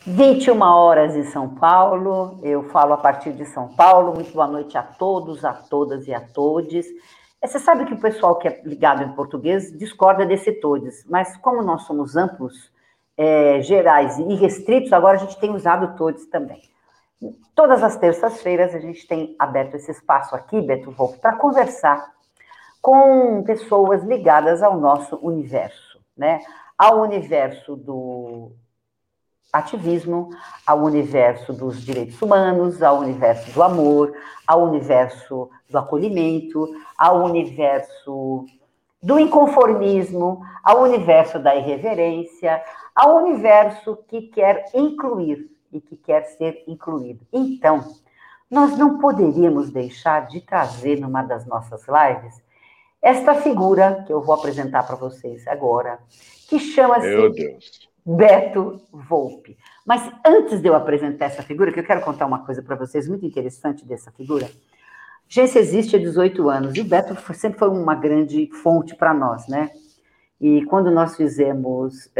21 horas em São Paulo, eu falo a partir de São Paulo. Muito boa noite a todos, a todas e a todes. Você sabe que o pessoal que é ligado em português discorda desse todes, mas como nós somos amplos, gerais e restritos, agora a gente tem usado todes também. Todas as terças-feiras a gente tem aberto esse espaço aqui, Beto Volpe, para conversar com pessoas ligadas ao nosso universo, né? Ao universo do ativismo, ao universo dos direitos humanos, ao universo do amor, ao universo do acolhimento, ao universo do inconformismo, ao universo da irreverência, ao universo que quer incluir e que quer ser incluído. Então, nós não poderíamos deixar de trazer numa das nossas lives esta figura que eu vou apresentar para vocês agora, que chama-se Beto Volpe. Mas antes de eu apresentar essa figura, que eu quero contar uma coisa para vocês muito interessante dessa figura. A agência existe há 18 anos e o Beto sempre foi uma grande fonte para nós, né? E quando nós fizemos...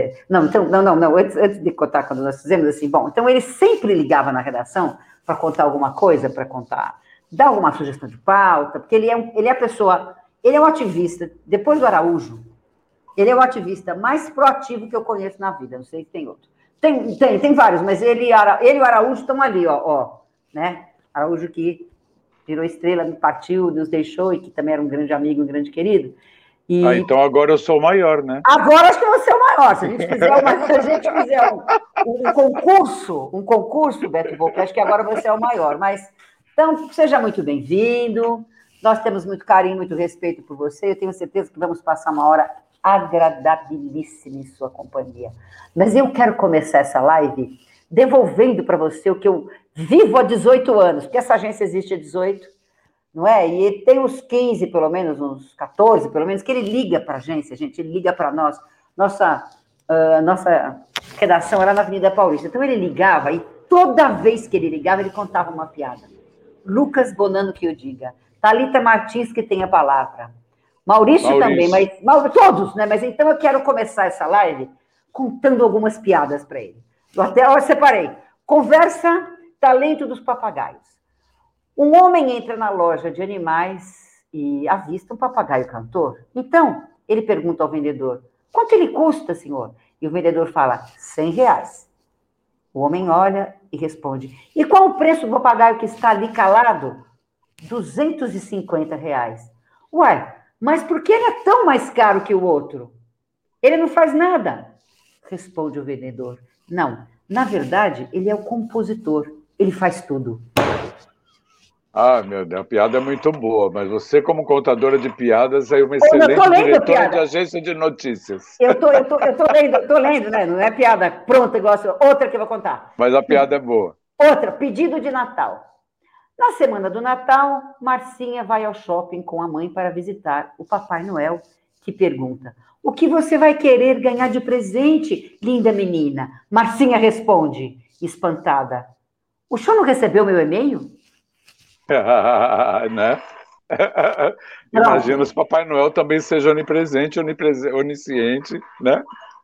antes de contar quando nós fizemos, assim, bom, então ele sempre ligava na redação para contar alguma coisa, para contar, dar alguma sugestão de pauta, porque ele é a pessoa, ele é um ativista, depois do Araújo, ele é o ativista mais proativo que eu conheço na vida, não sei se tem outro. Tem vários, mas ele e o Araújo estão ali, né? Araújo que virou estrela, partiu, nos deixou, e que também era um grande amigo, um grande querido. Então agora eu sou o maior, né? Agora acho que você é o maior. Se a gente fizer um concurso, Beto Volpe, acho que agora você é o maior. Mas, então, seja muito bem-vindo. Nós temos muito carinho, muito respeito por você. Eu tenho certeza que vamos passar uma hora agradabilíssima em sua companhia. Mas eu quero começar essa live devolvendo para você o que eu vivo há 18 anos, porque essa agência existe há 18, não é? E tem uns 15, pelo menos, uns 14, pelo menos, que ele liga para a agência, gente, ele liga para nós. Nossa redação era na Avenida Paulista. Então ele ligava e toda vez que ele ligava, ele contava uma piada. Lucas Bonanno que o diga. Thalita Martins que tem a palavra. Maurício também, mas todos, né? Mas então eu quero começar essa live contando algumas piadas para ele. Eu separei. Conversa, talento dos papagaios. Um homem entra na loja de animais e avista um papagaio cantor. Então, ele pergunta ao vendedor, quanto ele custa, senhor? E o vendedor fala, R$100. O homem olha e responde, e qual o preço do papagaio que está ali calado? R$250. Uai, mas por que ele é tão mais caro que o outro? Ele não faz nada, responde o vendedor. Não, na verdade, ele é o compositor. Ele faz tudo. Ah, meu Deus, a piada é muito boa, mas você, como contadora de piadas, é uma excelente diretora de agência de notícias. Eu tô lendo, né? Não é piada pronta, igual outra que eu vou contar. Mas a piada é boa. Outra, pedido de Natal. Na semana do Natal, Marcinha vai ao shopping com a mãe para visitar o Papai Noel, que pergunta, o que você vai querer ganhar de presente, linda menina? Marcinha responde, espantada, o senhor não recebeu meu e-mail? Né? Imagina se Papai Noel também seja onipresente, onisciente, né?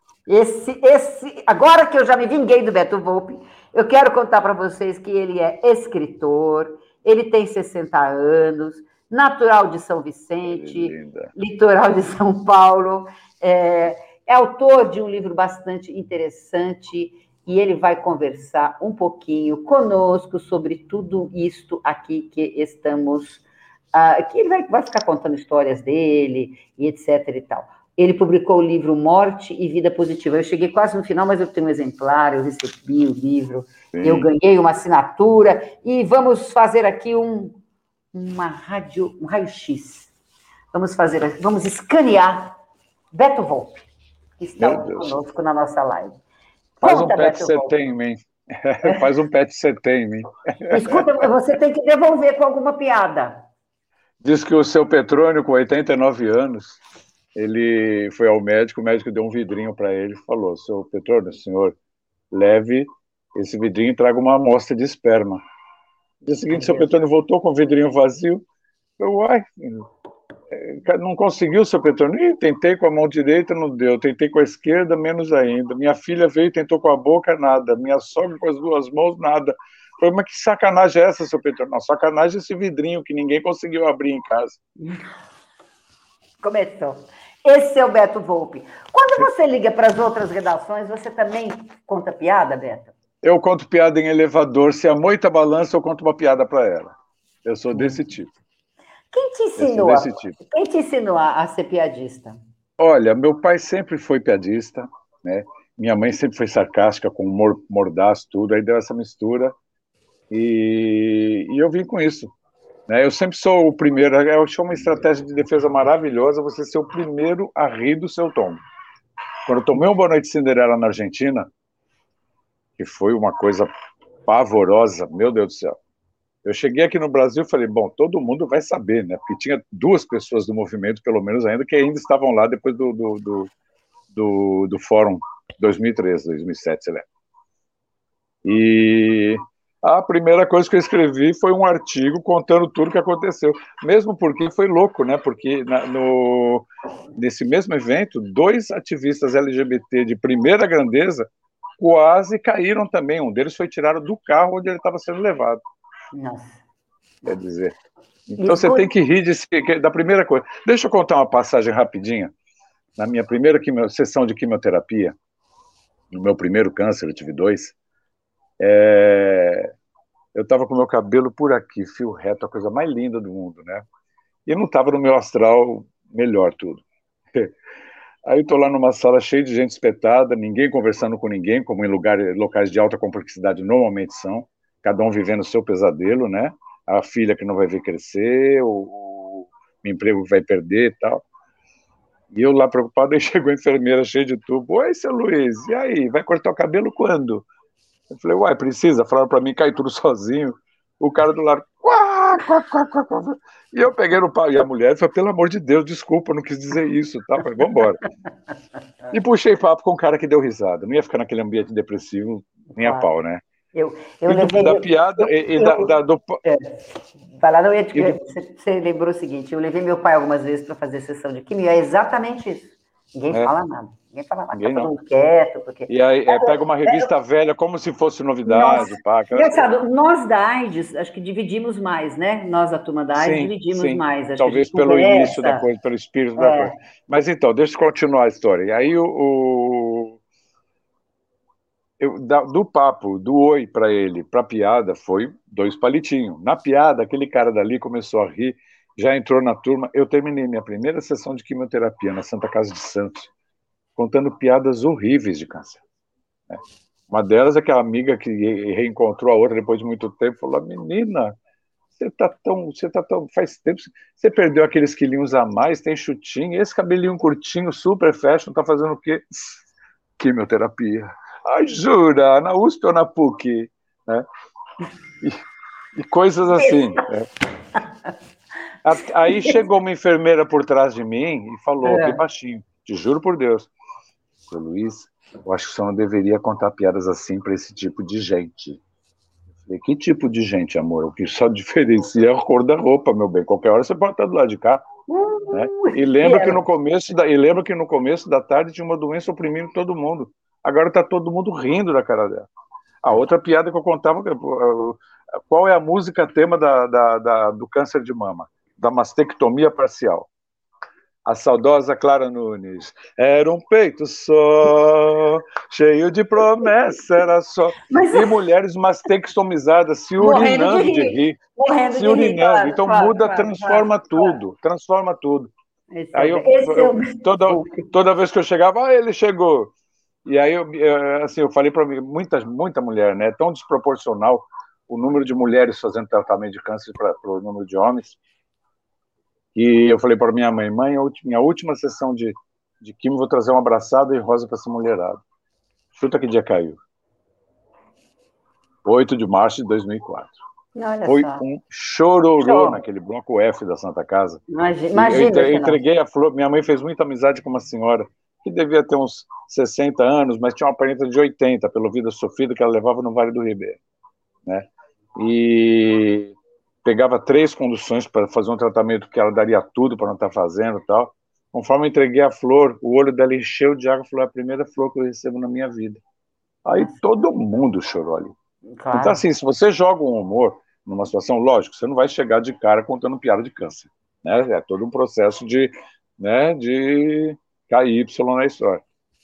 Agora que eu já me vinguei do Beto Volpe, eu quero contar para vocês que ele é escritor, ele tem 60 anos, natural de São Vicente, litoral de São Paulo, é autor de um livro bastante interessante, e ele vai conversar um pouquinho conosco sobre tudo isto aqui que estamos... que ele vai ficar contando histórias dele, e etc. e tal. Ele publicou o livro Morte e Vida Positiva. Eu cheguei quase no final, mas eu tenho um exemplar, eu recebi o livro, eu ganhei uma assinatura, e vamos fazer aqui um raio-x. Vamos escanear Beto Volpe, que está conosco na nossa live. Faz um PET-CT em mim. Faz um PET-CT em mim. Escuta, você tem que devolver com alguma piada. Diz que o seu Petrônio, com 89 anos, ele foi ao médico, o médico deu um vidrinho para ele e falou, seu Petrônio, senhor, leve esse vidrinho e traga uma amostra de esperma. No dia seguinte, seu Petrônio voltou com o vidrinho vazio. Eu, uai, não conseguiu, seu Petrônio? Ih, tentei com a mão direita, não deu. Tentei com a esquerda, menos ainda. Minha filha veio e tentou com a boca, nada. Minha sogra com as duas mãos, nada. Falei, mas que sacanagem é essa, seu Petrônio? Não, sacanagem é esse vidrinho que ninguém conseguiu abrir em casa. Começou. Esse é o Beto Volpi. Quando você liga para as outras redações, você também conta piada, Beto? Eu conto piada em elevador. Se a moita balança, eu conto uma piada para ela. Eu sou desse tipo. Quem te ensinou, Quem te ensinou a ser piadista? Olha, meu pai sempre foi piadista, né? Minha mãe sempre foi sarcástica, com humor mordaz, tudo. Aí deu essa mistura e eu vim com isso. Né? Eu sempre sou o primeiro. Eu acho uma estratégia de defesa maravilhosa você ser o primeiro a rir do seu tombo. Quando eu tomei um Boa Noite Cinderela na Argentina, que foi uma coisa pavorosa, meu Deus do céu. Eu cheguei aqui no Brasil e falei, bom, todo mundo vai saber, né? Porque tinha 2 pessoas do movimento, pelo menos ainda, que ainda estavam lá depois do Fórum 2013, 2007, sei lá. E a primeira coisa que eu escrevi foi um artigo contando tudo o que aconteceu. Mesmo porque foi louco, né? Porque nesse mesmo evento, 2 ativistas LGBT de primeira grandeza quase caíram também. Um deles foi tirado do carro onde ele estava sendo levado. Nossa. Quer dizer, então você tem que rir da primeira coisa. Deixa eu contar uma passagem rapidinha. Na minha primeira sessão de quimioterapia, no meu primeiro câncer, eu tive 2, eu estava com o meu cabelo por aqui, fio reto, a coisa mais linda do mundo, né? E não estava no meu astral melhor tudo. Aí eu estou lá numa sala cheia de gente espetada, ninguém conversando com ninguém, como em locais de alta complexidade normalmente são, cada um vivendo o seu pesadelo, né? A filha que não vai ver crescer, o emprego que vai perder e tal. E eu lá preocupado, aí chegou a enfermeira cheia de tubo. Oi, seu Luiz, e aí, vai cortar o cabelo quando? Eu falei, uai, precisa? Falaram para mim, cai tudo sozinho. O cara do lado, quá, quá, quá, quá, quá. E eu peguei no pau. E a mulher falou, pelo amor de Deus, desculpa, eu não quis dizer isso. Tá? Eu falei, vamos embora. E puxei papo com um cara que deu risada. Não ia ficar naquele ambiente depressivo, nem a pau, né? Eu levei... Da piada Vai lá, não ia te... Você lembrou o seguinte, eu levei meu pai algumas vezes para fazer sessão de química, é exatamente isso. Ninguém fala nada. Ninguém fala nada, tá todo mundo quieto. Porque... E aí pega uma revista velha como se fosse novidade. Nossa, pá, engraçado, nós da AIDS, acho que dividimos mais, né? Nós da turma da AIDS dividimos mais. Acho talvez que a gente pelo início da coisa, pelo espírito da coisa. Mas então, deixa eu continuar a história. E aí do papo, do oi para ele, para piada, foi 2 palitinhos. Na piada, aquele cara dali começou a rir, já entrou na turma. Eu terminei minha primeira sessão de quimioterapia na Santa Casa de Santos, contando piadas horríveis de câncer. Né? Uma delas é que a amiga que reencontrou a outra depois de muito tempo falou: menina, você tá tão, faz tempo, você perdeu aqueles quilinhos a mais, tem chutinho, esse cabelinho curtinho, super fashion, tá fazendo o quê? Quimioterapia. Ai, jura? Na USP ou na PUC? Né? E coisas assim. Né? Aí chegou uma enfermeira por trás de mim e falou, bem baixinho, te juro por Deus, seu Luiz, eu acho que você não deveria contar piadas assim para esse tipo de gente. Eu falei, que tipo de gente, amor? O que só diferencia é a cor da roupa, meu bem. Qualquer hora você pode estar do lado de cá. Né? E lembro que no começo da tarde tinha uma doença oprimindo todo mundo. Agora está todo mundo rindo da cara dela. A outra piada que eu contava, qual é a música tema do câncer de mama? Da mastectomia parcial. A saudosa Clara Nunes. Era um peito só, cheio de promessa, era só. E mulheres mastectomizadas se urinando de rir. Se urinando. Claro, então muda, transforma tudo. Transforma tudo. Aí toda vez que eu chegava, ele chegou. E aí eu falei para mim, muita mulher, né? É tão desproporcional o número de mulheres fazendo tratamento de câncer para o número de homens. E eu falei para minha mãe, minha última sessão de quimio, vou trazer uma abraçada e rosa para essa mulherada. Chuta que dia caiu. 8 de março de 2004. Foi um chororô naquele bloco F da Santa Casa. Imagina. Eu entreguei a flor, minha mãe fez muita amizade com uma senhora que devia ter uns 60 anos, mas tinha uma aparência de 80, pela vida sofrida que ela levava no Vale do Ribeiro. Né? E pegava 3 conduções para fazer um tratamento que ela daria tudo para não estar fazendo e tal. Conforme eu entreguei a flor, o olho dela encheu de água e falou: é a primeira flor que eu recebo na minha vida. Aí todo mundo chorou ali. Claro. Então, assim, se você joga um humor numa situação, lógico, você não vai chegar de cara contando piada de câncer. Né? É todo um processo de KY na história.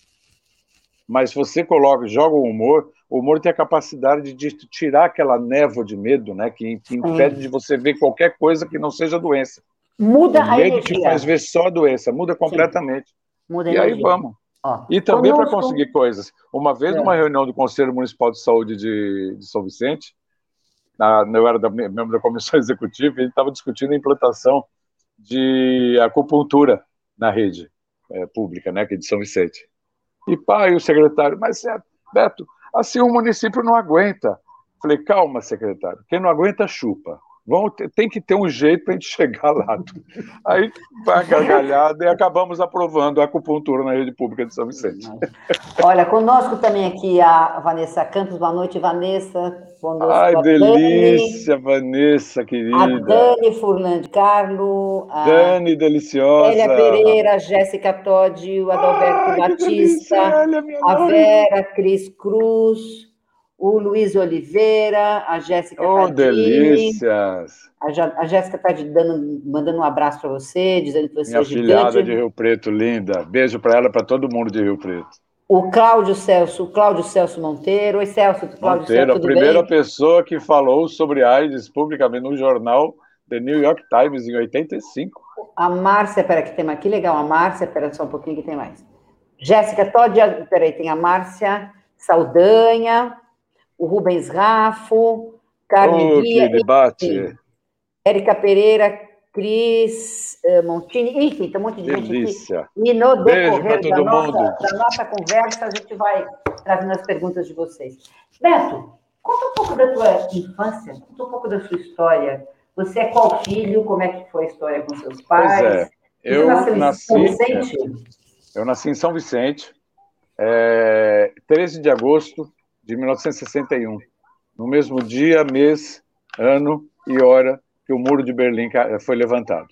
Mas se você joga o humor tem a capacidade de tirar aquela névoa de medo, né, que impede de você ver qualquer coisa que não seja doença. Muda o a medo energia. te faz ver só a doença, muda completamente. Muda a e energia. Aí vamos. Ó, e também para conseguir coisas. Uma vez, numa reunião do Conselho Municipal de Saúde de São Vicente, eu era membro da comissão executiva, e a gente estava discutindo a implantação de acupuntura na rede pública, né, que é de São Vicente. E o secretário, mas Beto, assim o município não aguenta. Falei, calma, secretário, quem não aguenta, chupa. Tem que ter um jeito para a gente chegar lá. Aí vai gargalhada e acabamos aprovando a acupuntura na rede pública de São Vicente. Olha, conosco também aqui a Vanessa Campos. Boa noite, Vanessa. Conosco Ai, a delícia, Dani, Vanessa, querida. a Dani Furlan de Carlo, a Dani, deliciosa. Célia Pereira, a Jéssica Toddi, o Adalberto Batista, a Vera Cris Cruz, o Luiz Oliveira, a Jéssica Tadini. Delícias! A Jéssica está mandando um abraço para você, dizendo que você Minha é gigante. Minha afilhada de Rio Preto, linda. Beijo para ela e para todo mundo de Rio Preto. O Cláudio Celso Monteiro. Oi, Celso. Cláudio Monteiro, Celso, tudo a primeira bem? pessoa que falou sobre AIDS publicamente no jornal The New York Times em 85. A Márcia, peraí, que tem mais. Que legal, a Márcia, peraí só um pouquinho que tem mais. Jéssica Toddi, peraí, tem a Márcia Saldanha, o Rubens Raffo, Carmen Guia, que debate! Érica Pereira, Cris Montini, enfim, tem um monte de Delícia. gente aqui. E no decorrer da mundo. nossa conversa, a gente vai trazendo as perguntas de vocês. Beto, conta um pouco da tua infância, conta um pouco da sua história. Você é qual filho? Como é que foi a história com seus pais? Pois é, eu nasci em São Vicente? Eu nasci em São Vicente, 13 de agosto de 1961. No mesmo dia, mês, ano e hora que o Muro de Berlim foi levantado.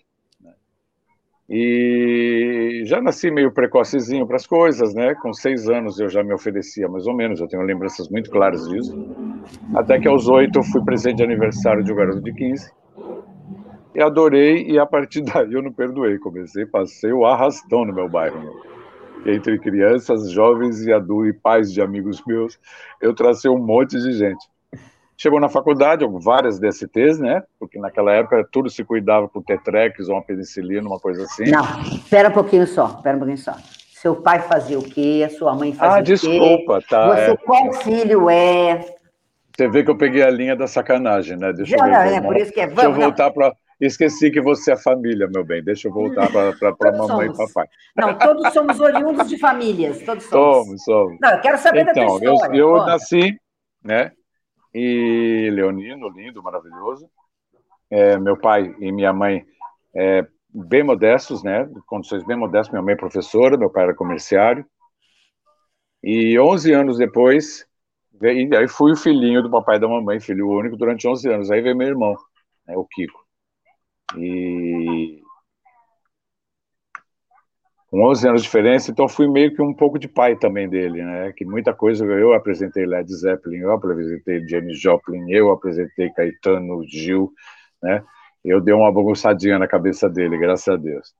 E já nasci meio precocezinho para as coisas, né? Com 6 anos eu já me oferecia, mais ou menos, eu tenho lembranças muito claras disso. Até que aos 8 eu fui presente de aniversário de um garoto de 15. E adorei, e a partir daí eu não perdoei. Passei o arrastão no meu bairro. Entre crianças, jovens e adultos, e pais de amigos meus, eu tracei um monte de gente. Chegou na faculdade, várias DSTs, né? Porque naquela época tudo se cuidava com Tetrex ou uma penicilina, uma coisa assim. Não, espera um pouquinho só. Seu pai fazia o quê? A sua mãe fazia o quê? Desculpa, tá. Você qual filho é? Você vê que eu peguei a linha da sacanagem, né? Deixa eu ver. Por isso que Deixa eu voltar para... Esqueci que você é família, meu bem. Deixa eu voltar para mamãe e papai. Não, todos somos oriundos de famílias. Todos somos. Não, eu quero saber da tua história. Eu nasci, né? E leonino, lindo, maravilhoso. Meu pai e minha mãe bem modestos, né? Condições bem modestas. Minha mãe é professora, meu pai era comerciário. E 11 anos depois, aí fui o filhinho do papai e da mamãe, filho único, durante 11 anos. Aí veio meu irmão, né, o Kiko. E com 11 anos de diferença, então fui meio que um pouco de pai também dele, né? Que muita coisa eu apresentei Led Zeppelin, eu apresentei Janis Joplin, eu apresentei Caetano, Gil, né? Eu dei uma bagunçadinha na cabeça dele, graças a Deus.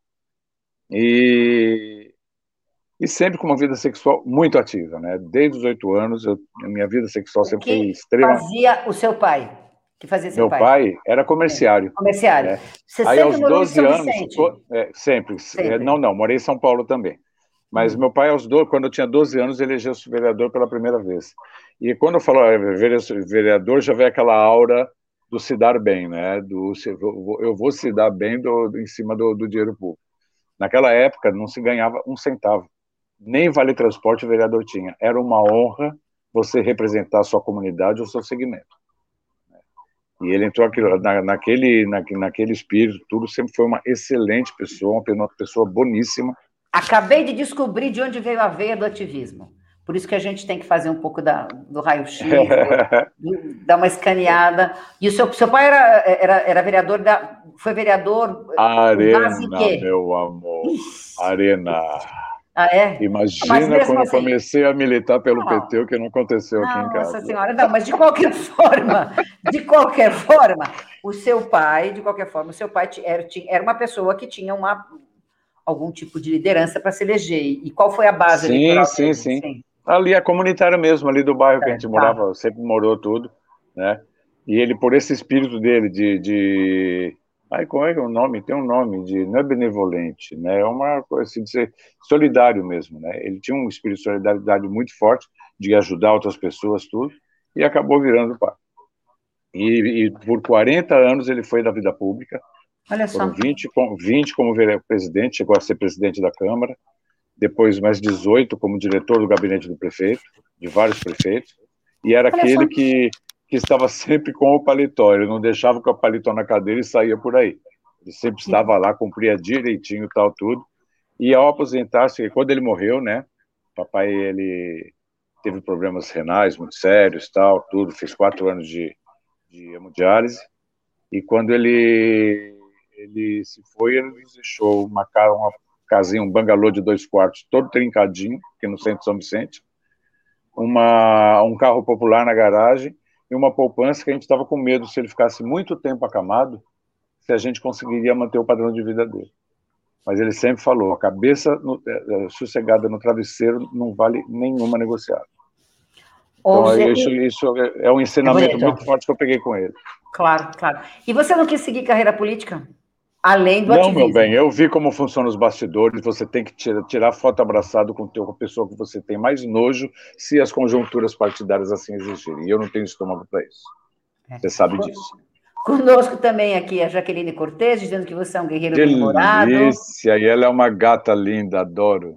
E sempre com uma vida sexual muito ativa, né? Desde os 8 anos, a minha vida sexual sempre foi extrema. O que fazia o seu pai? Que fazia seu pai? Meu pai era comerciário. Comerciário. Você aí, aos 12 anos, sempre. Não, morei em São Paulo também. Mas meu pai, quando eu tinha 12 anos, elegeu-se vereador pela primeira vez. E quando eu falo vereador, já vem aquela aura do se dar bem, né? Eu vou se dar bem em cima do dinheiro público. Naquela época, não se ganhava um centavo. Nem vale transporte o vereador tinha. Era uma honra você representar a sua comunidade ou o seu segmento. E ele entrou naquele espírito, tudo, sempre foi uma excelente pessoa, uma pessoa boníssima. Acabei de descobrir de onde veio a veia do ativismo. Por isso que a gente tem que fazer um pouco do raio-x, dar uma escaneada. E o seu pai era vereador foi vereador com base em Arena, quê? meu amor. Arena. Ah, é? Mas Imagina mesmo quando eu assim, comecei a militar pelo não, PT, o que não aconteceu aqui em casa. nossa senhora, não, mas de qualquer forma, o seu pai, era uma pessoa que tinha algum tipo de liderança para se eleger. E qual foi a base Sim, eleitoral sim, dele? sim. Sim, Ali é comunitária mesmo, ali do bairro que a gente tá. morava, sempre morou tudo, né? E ele, por esse espírito dele Ai, como é que é o nome? Tem um nome, não é benevolente, né? É uma coisa assim, de ser solidário mesmo, né? Ele tinha um espírito de solidariedade muito forte, de ajudar outras pessoas, tudo, e acabou virando pai. E por 40 anos ele foi da vida pública, Olha foram só. 20 como presidente, chegou a ser presidente da Câmara, depois mais 18 como diretor do gabinete do prefeito, de vários prefeitos, e era Olha só. aquele que estava sempre com o paletó, ele não deixava com o paletó na cadeira e saía por aí. Ele sempre estava lá, cumpria direitinho tal, tudo. E ao aposentar-se, quando ele morreu, né, papai, ele teve problemas renais muito sérios, tal, tudo, fez 4 anos de hemodiálise, e quando ele se foi, ele nos deixou uma casinha, um bangalô de 2 quartos, todo trincadinho, aqui no centro de São Vicente, um carro popular na garagem e uma poupança que a gente estava com medo, se ele ficasse muito tempo acamado, se a gente conseguiria manter o padrão de vida dele. Mas ele sempre falou, a cabeça sossegada no travesseiro não vale nenhuma negociada. Então, isso é um ensinamento muito forte que eu peguei com ele. Claro, claro. E você não quis seguir carreira política? Além do Não, meu ativismo? bem, eu vi como funcionam os bastidores, você tem que tirar foto abraçado com a pessoa que você tem mais nojo, se as conjunturas partidárias assim exigirem. E eu não tenho estômago para isso. Você sabe disso. Conosco também aqui a Jaqueline Cortez, dizendo que você é um guerreiro bem-humorado. Delícia! E ela é uma gata linda, adoro.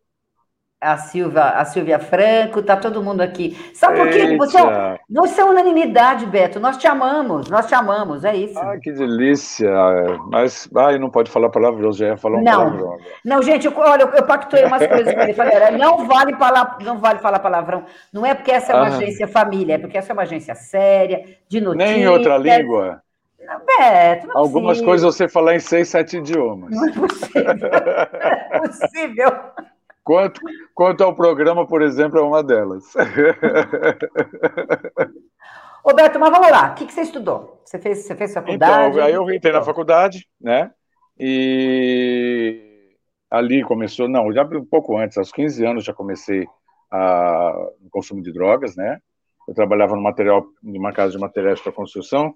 A Silvia Franco, tá todo mundo aqui. Sabe por quê? Eita! Você é unanimidade, Beto. Nós te amamos, é isso. Ai, que delícia! Mas, não pode falar palavrão, já ia falar um Não, palavrão. não, gente, olha, eu pactuei umas coisas com ele. Falei, não vale falar palavrão. Não é porque essa é uma agência família, é porque essa é uma agência séria, de Nem em notícias. outra língua? Não, Beto, não é Algumas possível. coisas você falar em 6, 7 idiomas. Não é possível. Não é possível. Quanto ao programa, por exemplo, é uma delas. Roberto, mas vamos lá. O que você estudou? Você fez faculdade? Então, aí eu entrei na faculdade, né? E ali começou, não, já um pouco antes, aos 15 anos já comecei no consumo de drogas, né? Eu trabalhava numa casa de materiais para construção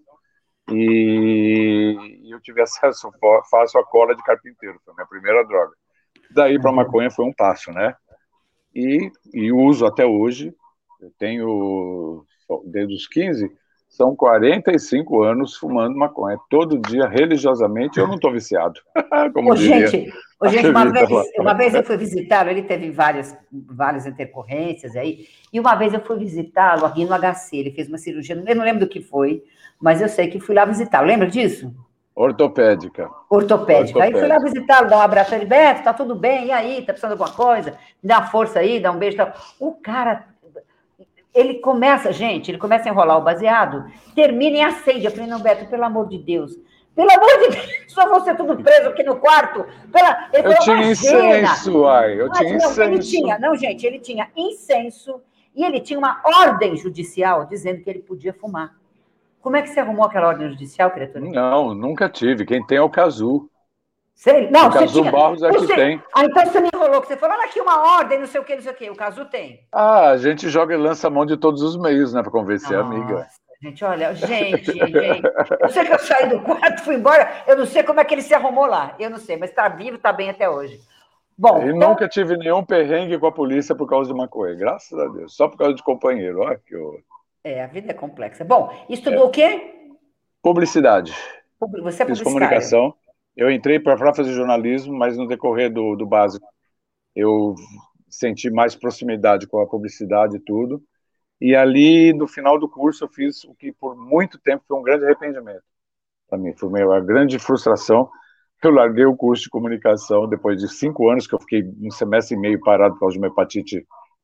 e eu tive acesso fácil à cola de carpinteiro, foi a minha primeira droga. Daí para maconha foi um passo, né? E uso até hoje. Eu tenho, desde os 15, são 45 anos fumando maconha. Todo dia, religiosamente, eu não estou viciado. Como diria. Gente, uma vez eu fui visitá-lo, ele teve várias intercorrências aí, e uma vez eu fui visitá-lo aqui no HC, ele fez uma cirurgia, eu não lembro do que foi, mas eu sei que fui lá visitá-lo, lembra disso? Ortopédica. Aí fui lá visitá-lo, dar um abraço, ele, Beto, tá tudo bem, e aí, tá precisando de alguma coisa? Me dá uma força aí, dá um beijo. Tal. O cara, ele começa a enrolar o baseado, termina e acende. Eu falei, não, Beto, pelo amor de Deus, só você tudo preso aqui no quarto. Eu tinha incenso, eu tinha incenso. Ele tinha incenso e ele tinha uma ordem judicial dizendo que ele podia fumar. Como é que você arrumou aquela ordem judicial, criatura? Não, nunca tive. Quem tem é o Cazu. Não, o Cazu Barros é que tem. Então você me enrolou, que você falou, olha aqui uma ordem, não sei o que. O Cazu tem. A gente joga e lança a mão de todos os meios, né, para convencer a amiga. Gente, olha, gente. Eu sei que eu saí do quarto, fui embora, eu não sei como é que ele se arrumou lá. Eu não sei, mas tá vivo, tá bem até hoje. Bom, nunca tive nenhum perrengue com a polícia por causa de maconha, graças a Deus. Só por causa de companheiro, olha que horror. A vida é complexa. Bom, estudou o quê? Publicidade. Você é publicitário. Fiz comunicação. Eu entrei para fazer jornalismo, mas no decorrer do básico eu senti mais proximidade com a publicidade e tudo. E ali, no final do curso, eu fiz o que por muito tempo foi um grande arrependimento para mim. Foi uma grande frustração. Eu larguei o curso de comunicação depois de 5 anos, que eu fiquei um semestre e meio parado por causa de uma hepatite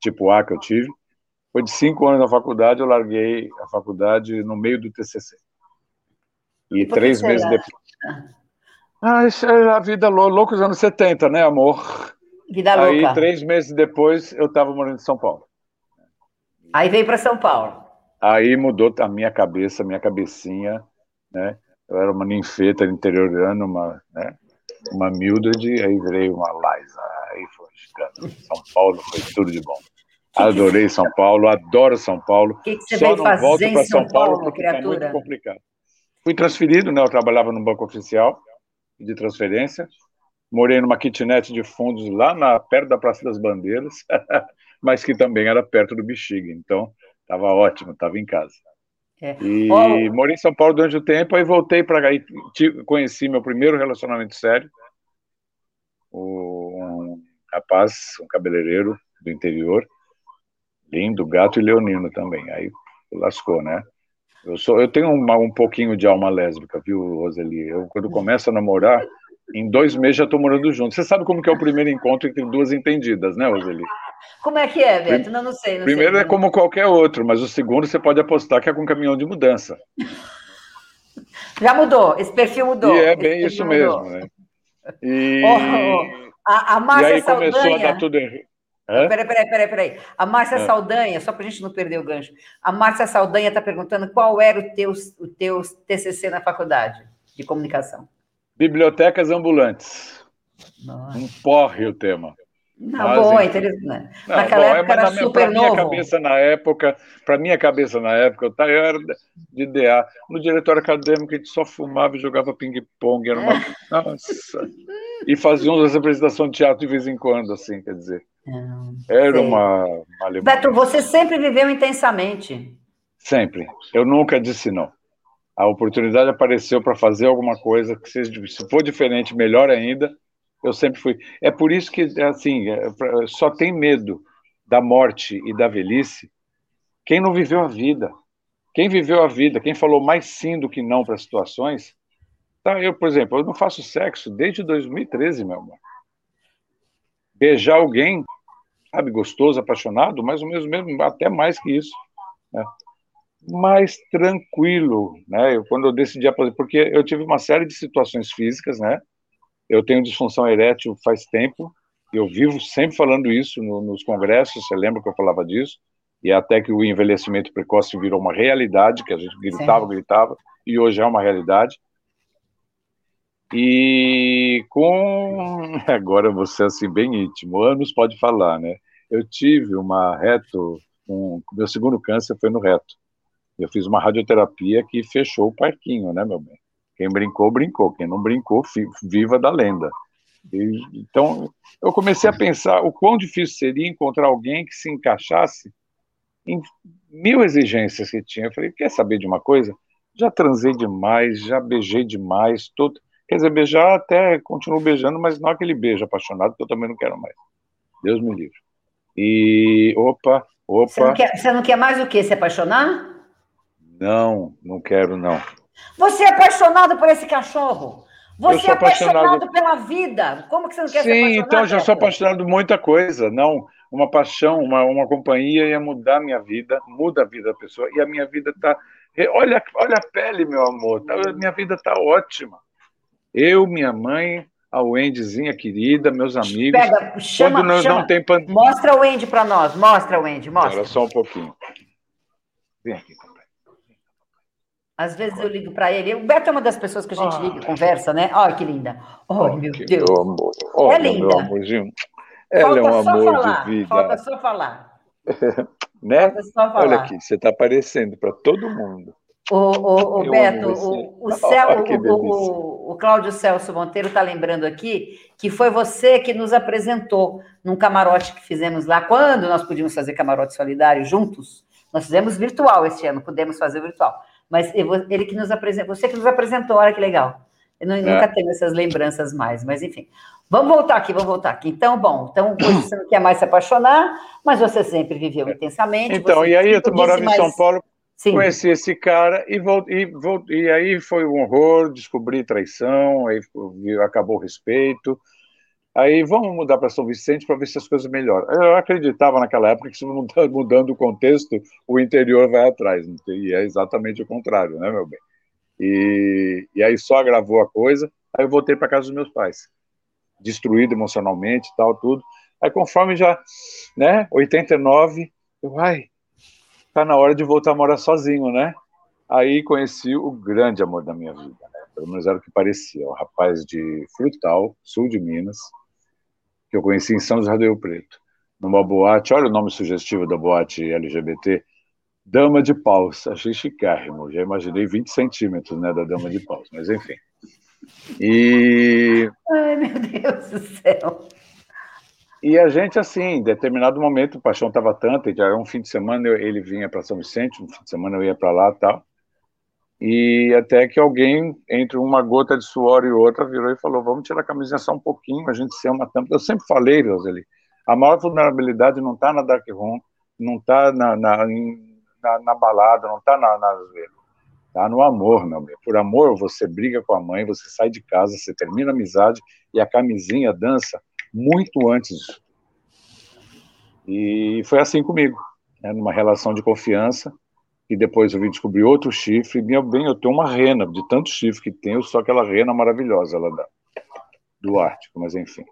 tipo A que eu tive. Foi de 5 anos na faculdade, eu larguei a faculdade no meio do TCC. E E por que 3 meses será? depois... isso é a vida louca dos anos 70, né, amor? Vida Aí, louca. 3 meses depois, eu estava morando em São Paulo. Aí veio para São Paulo. Aí mudou a minha cabeça, a minha cabecinha, né? Eu era uma ninfeta interiorana, uma Mildred, aí virei uma Liza. Aí foi chegando. São Paulo foi tudo de bom. Adorei São Paulo, adoro São Paulo. Que você Só veio não fazer volto em para São São Paulo Paulo, porque está muito criatura? complicado. Fui transferido, né? Eu trabalhava no Banco Oficial de transferência. Morei numa kitnet de fundos lá perto da Praça das Bandeiras, mas que também era perto do Bexiga. Então, estava ótimo, estava em casa. É. E Ó, morei em São Paulo durante o tempo, aí voltei para cá e conheci meu primeiro relacionamento sério, um rapaz, um cabeleireiro do interior, lindo, gato e leonino também. Aí lascou, né? Eu tenho um pouquinho de alma lésbica, viu, Roseli? Eu, quando começo a namorar, em 2 meses já estou morando junto. Você sabe como que é o primeiro encontro entre duas entendidas, né, Roseli? como é que é, Beto? Não, não sei, não sei. Primeiro é como qualquer outro, mas o segundo você pode apostar que é com caminhão de mudança. Já mudou, esse perfil E mudou, é esse bem isso perfil mesmo, mudou. né? Ó, ó, E, a e Márcia aí começou a dar Saldanha. tudo errado. Hã? Peraí. A Márcia Hã? Saldanha, só para a gente não perder o gancho. A Márcia Saldanha está perguntando qual era o teu TCC na faculdade de comunicação. Bibliotecas ambulantes. Um Nossa. porre o tema. Não, Mas, bom, é enfim. interessante. Não, Naquela bom, época mas era para super minha novo. cabeça na época, eu era de DA. No diretório acadêmico a gente só fumava e jogava ping-pong, era uma, nossa. E fazia umas apresentações de teatro de vez em quando, assim, quer dizer, Não, era sei. uma Beto, malemolência. você sempre viveu intensamente. Sempre. Eu nunca disse não. A oportunidade apareceu para fazer alguma coisa que seja, se for diferente, melhor ainda. Eu sempre fui. É por isso que, assim, só tem medo da morte e da velhice quem não viveu a vida. Quem viveu a vida, quem falou mais sim do que não para as situações. Tá, eu, por exemplo, eu não faço sexo desde 2013, meu amor. Beijar alguém, sabe, gostoso, apaixonado, mais ou menos mesmo, até mais que isso, né? Mais tranquilo, né? Quando eu decidi aposentar, porque eu tive uma série de situações físicas, né? Eu tenho disfunção erétil faz tempo, eu vivo sempre falando isso nos congressos, você lembra que eu falava disso? E até que o envelhecimento precoce virou uma realidade, que a gente Sim. gritava, e hoje é uma realidade. E agora você assim bem íntimo, anos pode falar, né? Eu tive uma meu segundo câncer foi no reto. Eu fiz uma radioterapia que fechou o parquinho, né, meu bem? Quem brincou, brincou. Quem não brincou, viva da lenda. Então, eu comecei a pensar o quão difícil seria encontrar alguém que se encaixasse em 1000 exigências que tinha. Eu falei, quer saber de uma coisa? Já transei demais, já beijei demais, todo... Quer dizer, beijar até continuo beijando, mas não aquele beijo apaixonado, que eu também não quero mais. Deus me livre. E, opa, Você não quer mais o quê? Se apaixonar? não quero, não. Você é apaixonado por esse cachorro. Eu Você é sou apaixonado. apaixonado pela vida. Como que você não quer se Sim, então apaixonar, eu já sou Beto? apaixonado por muita coisa. Não, uma paixão, uma companhia ia mudar a minha vida, muda a vida da pessoa. E a minha vida está. Olha a pele, meu amor. Minha vida está ótima. Eu, minha mãe, a Wendyzinha querida, meus amigos. Pega, Quando chama, não chama. tem pandemia. Mostra o Andy para nós. Mostra o Andy, Espera mostra. só um pouquinho. Vem aqui, papai. Às vezes eu Agora. ligo para ele. O Beto é uma das pessoas que a gente liga, Ai, conversa, né? Olha que linda. Ai, olha meu que Deus. meu amor. É Olha, meu linda. amorzinho. Ela é Falta um só amor de falar. Falta vida, só falar. né? Falta só Olha falar. aqui, você está aparecendo para todo mundo. O Eu amo Beto, você. Céu, Que delícia. o Cláudio Celso Monteiro está lembrando aqui que foi você que nos apresentou num camarote que fizemos lá, quando nós podíamos fazer camarote solidário juntos. Nós fizemos virtual este ano, pudemos fazer virtual. Mas ele que nos apresentou, você que nos apresentou, olha que legal. Eu nunca É. tenho essas lembranças mais, mas enfim. Vamos voltar aqui. Então, bom, então hoje você não quer mais se apaixonar, mas você sempre viveu intensamente, Então, você e aí eu não disse morava em São mais. Paulo, Sim. conheci esse cara e aí foi um horror, descobri traição, aí acabou o respeito. Aí vamos mudar para São Vicente para ver se as coisas melhoram. Eu acreditava naquela época que se mudando o contexto, o interior vai atrás. E é exatamente o contrário, né, meu bem? E aí só agravou a coisa. Aí eu voltei para casa dos meus pais, destruído emocionalmente e tal, tudo. Aí conforme já, né, 89, ai, tá na hora de voltar a morar sozinho, né? Aí conheci o grande amor da minha vida, né? Pelo menos era o que parecia. Um rapaz de Frutal, sul de Minas, que eu conheci em São José do Rio Preto, numa boate, olha o nome sugestivo da boate LGBT, Dama de Paus. Achei chiquérrimo, já imaginei 20 centímetros, né, da Dama de Paus, mas enfim. Ai, meu Deus do céu. E a gente, assim, em determinado momento, o paixão estava tanto, já era um fim de semana, ele vinha para São Vicente, um fim de semana eu ia para lá e tal, e até que alguém, entre uma gota de suor e outra, virou e falou, vamos tirar a camisinha só um pouquinho, a gente se ama tanto. Eu sempre falei, Roseli, a maior vulnerabilidade não está na dark room, não está na balada, não está na tá no amor, meu bem. Por amor, você briga com a mãe, você sai de casa, você termina a amizade e a camisinha dança muito antes disso. E foi assim comigo, né, numa relação de confiança, e depois eu vim descobrir outro chifre, e meu bem, eu tenho uma rena, de tanto chifre que tenho, só aquela rena maravilhosa lá do Ártico, mas enfim.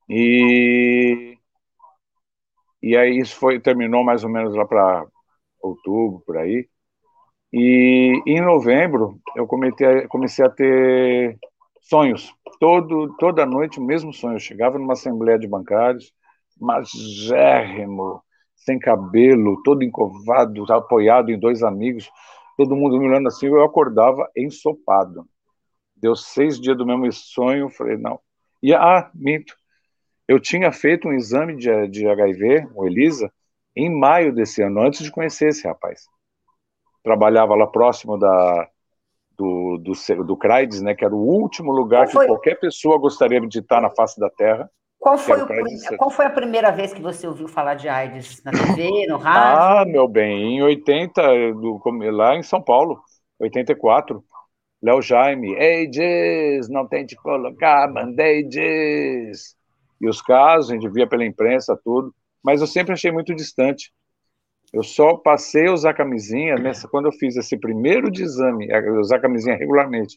E aí isso terminou mais ou menos lá para outubro, por aí, e em novembro eu comecei a ter sonhos, toda noite o mesmo sonho, eu chegava numa assembleia de bancários, magérrimo, sem cabelo, todo encovado, apoiado em dois amigos, todo mundo me olhando assim, eu acordava ensopado. Deu 6 dias do mesmo sonho, falei, não. E, minto, eu tinha feito um exame de HIV, o ELISA, em maio desse ano, antes de conhecer esse rapaz. Trabalhava lá próximo do CRAIDS, né, que era o último lugar que qualquer pessoa gostaria de estar na face da Terra. Qual foi a primeira vez que você ouviu falar de AIDS? Na TV, no rádio? Meu bem, em 80, lá em São Paulo, 84, Léo Jaime, AIDS, não tente colocar band-aids. E os casos, a gente via pela imprensa, tudo, mas eu sempre achei muito distante. Eu só passei a usar camisinha quando eu fiz esse primeiro de exame, usar camisinha regularmente.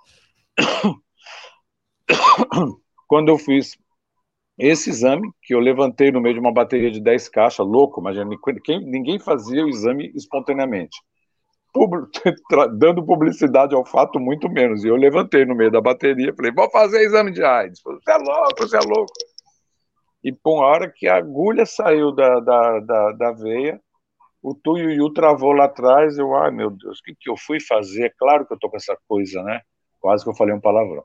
Quando eu fiz esse exame, que eu levantei no meio de uma bateria de 10 caixas, louco, mas ninguém fazia o exame espontaneamente. Dando publicidade ao fato, muito menos. E eu levantei no meio da bateria, falei, vou fazer exame de AIDS. Você é louco, você é louco. E, pô, a hora que a agulha saiu da veia, o Tuiuiu travou lá atrás, ai meu Deus, o que eu fui fazer? É claro que eu tô com essa coisa, né? Quase que eu falei um palavrão.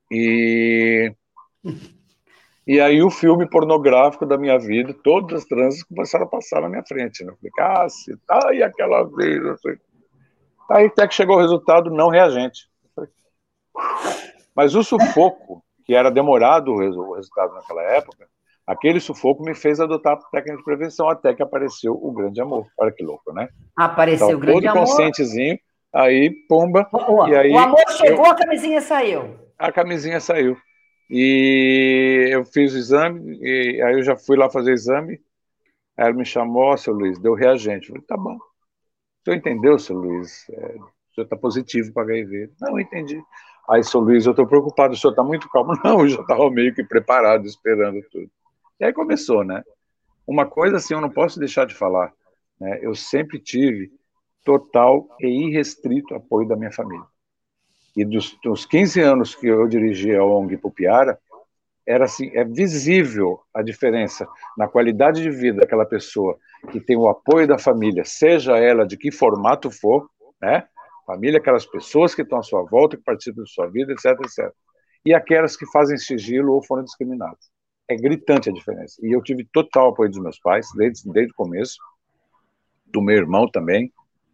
E aí o filme pornográfico da minha vida, todas as transes começaram a passar na minha frente, né? Eu falei, e aquela vez, não sei. Aí até que chegou o resultado não reagente. Mas o sufoco, que era demorado o resultado naquela época, aquele sufoco me fez adotar a técnica de prevenção até que apareceu o grande amor. Olha que louco, né? Apareceu o grande todo amor. conscientezinho, aí, pomba. E aí, o amor chegou, a camisinha saiu. A camisinha saiu. E eu fiz o exame, e aí eu já fui lá fazer o exame. Aí ela me chamou, seu Luiz, deu reagente. Eu falei, tá bom. O senhor entendeu, seu Luiz? O senhor está positivo para HIV. Não, entendi. Aí, seu Luiz, eu estou preocupado, o senhor está muito calmo. Não, eu já estava meio que preparado, esperando tudo. E aí começou, né? Uma coisa assim, eu não posso deixar de falar, né? Eu sempre tive total e irrestrito apoio da minha família. E dos 15 anos que eu dirigi a ONG Pupiara, era assim, é visível a diferença na qualidade de vida daquela pessoa que tem o apoio da família, seja ela de que formato for, né? Família, aquelas pessoas que estão à sua volta, que participam da sua vida, etc, etc. E aquelas que fazem sigilo ou foram discriminadas. É gritante a diferença. E eu tive total apoio dos meus pais, desde o começo, do meu irmão também.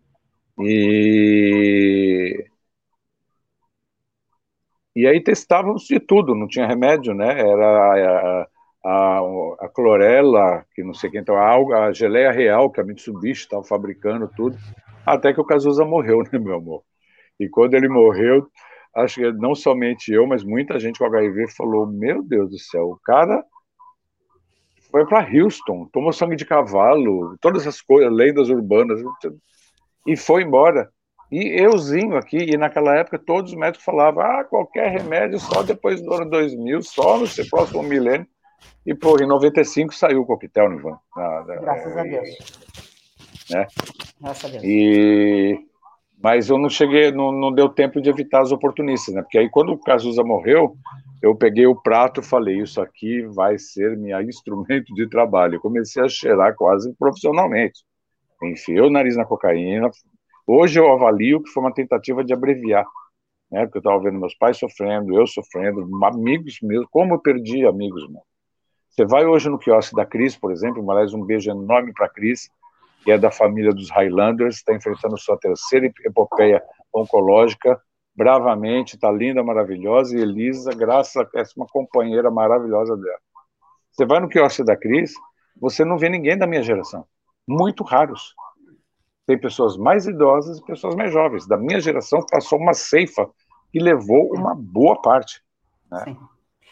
E aí testávamos de tudo, não tinha remédio, né? Era a clorela, que não sei quem, então, a geleia real, que a Mitsubishi estava fabricando tudo, até que o Cazuza morreu, né, meu amor? E quando ele morreu, acho que não somente eu, mas muita gente com HIV falou, meu Deus do céu, o cara foi para Houston, tomou sangue de cavalo, todas essas coisas, lendas urbanas, e foi embora. E euzinho aqui, e naquela época todos os médicos falavam, qualquer remédio só depois do ano 2000, só no próximo milênio. E, pô, em 95 saiu o coquetel, Nivan. Graças a Deus. Né? Graças a Deus. Mas eu não cheguei, não deu tempo de evitar as oportunistas, né? Porque aí quando o Cazuza morreu, eu peguei o prato e falei, isso aqui vai ser meu instrumento de trabalho. Eu comecei a cheirar quase profissionalmente. Enfiei o nariz na cocaína. Hoje eu avalio que foi uma tentativa de abreviar, né? Porque eu estava vendo meus pais sofrendo, eu sofrendo, amigos meus, como eu perdi amigos meus. Você vai hoje no quiosque da Cris, por exemplo, aliás, um beijo enorme para a Cris, que é da família dos Highlanders, está enfrentando sua terceira epopeia oncológica, bravamente, está linda, maravilhosa, e Elisa, graças a essa uma companheira maravilhosa dela. Você vai no quiosque da Cris, você não vê ninguém da minha geração. Muito raros. Tem pessoas mais idosas e pessoas mais jovens. Da minha geração passou uma ceifa que levou uma boa parte. Né? Sim.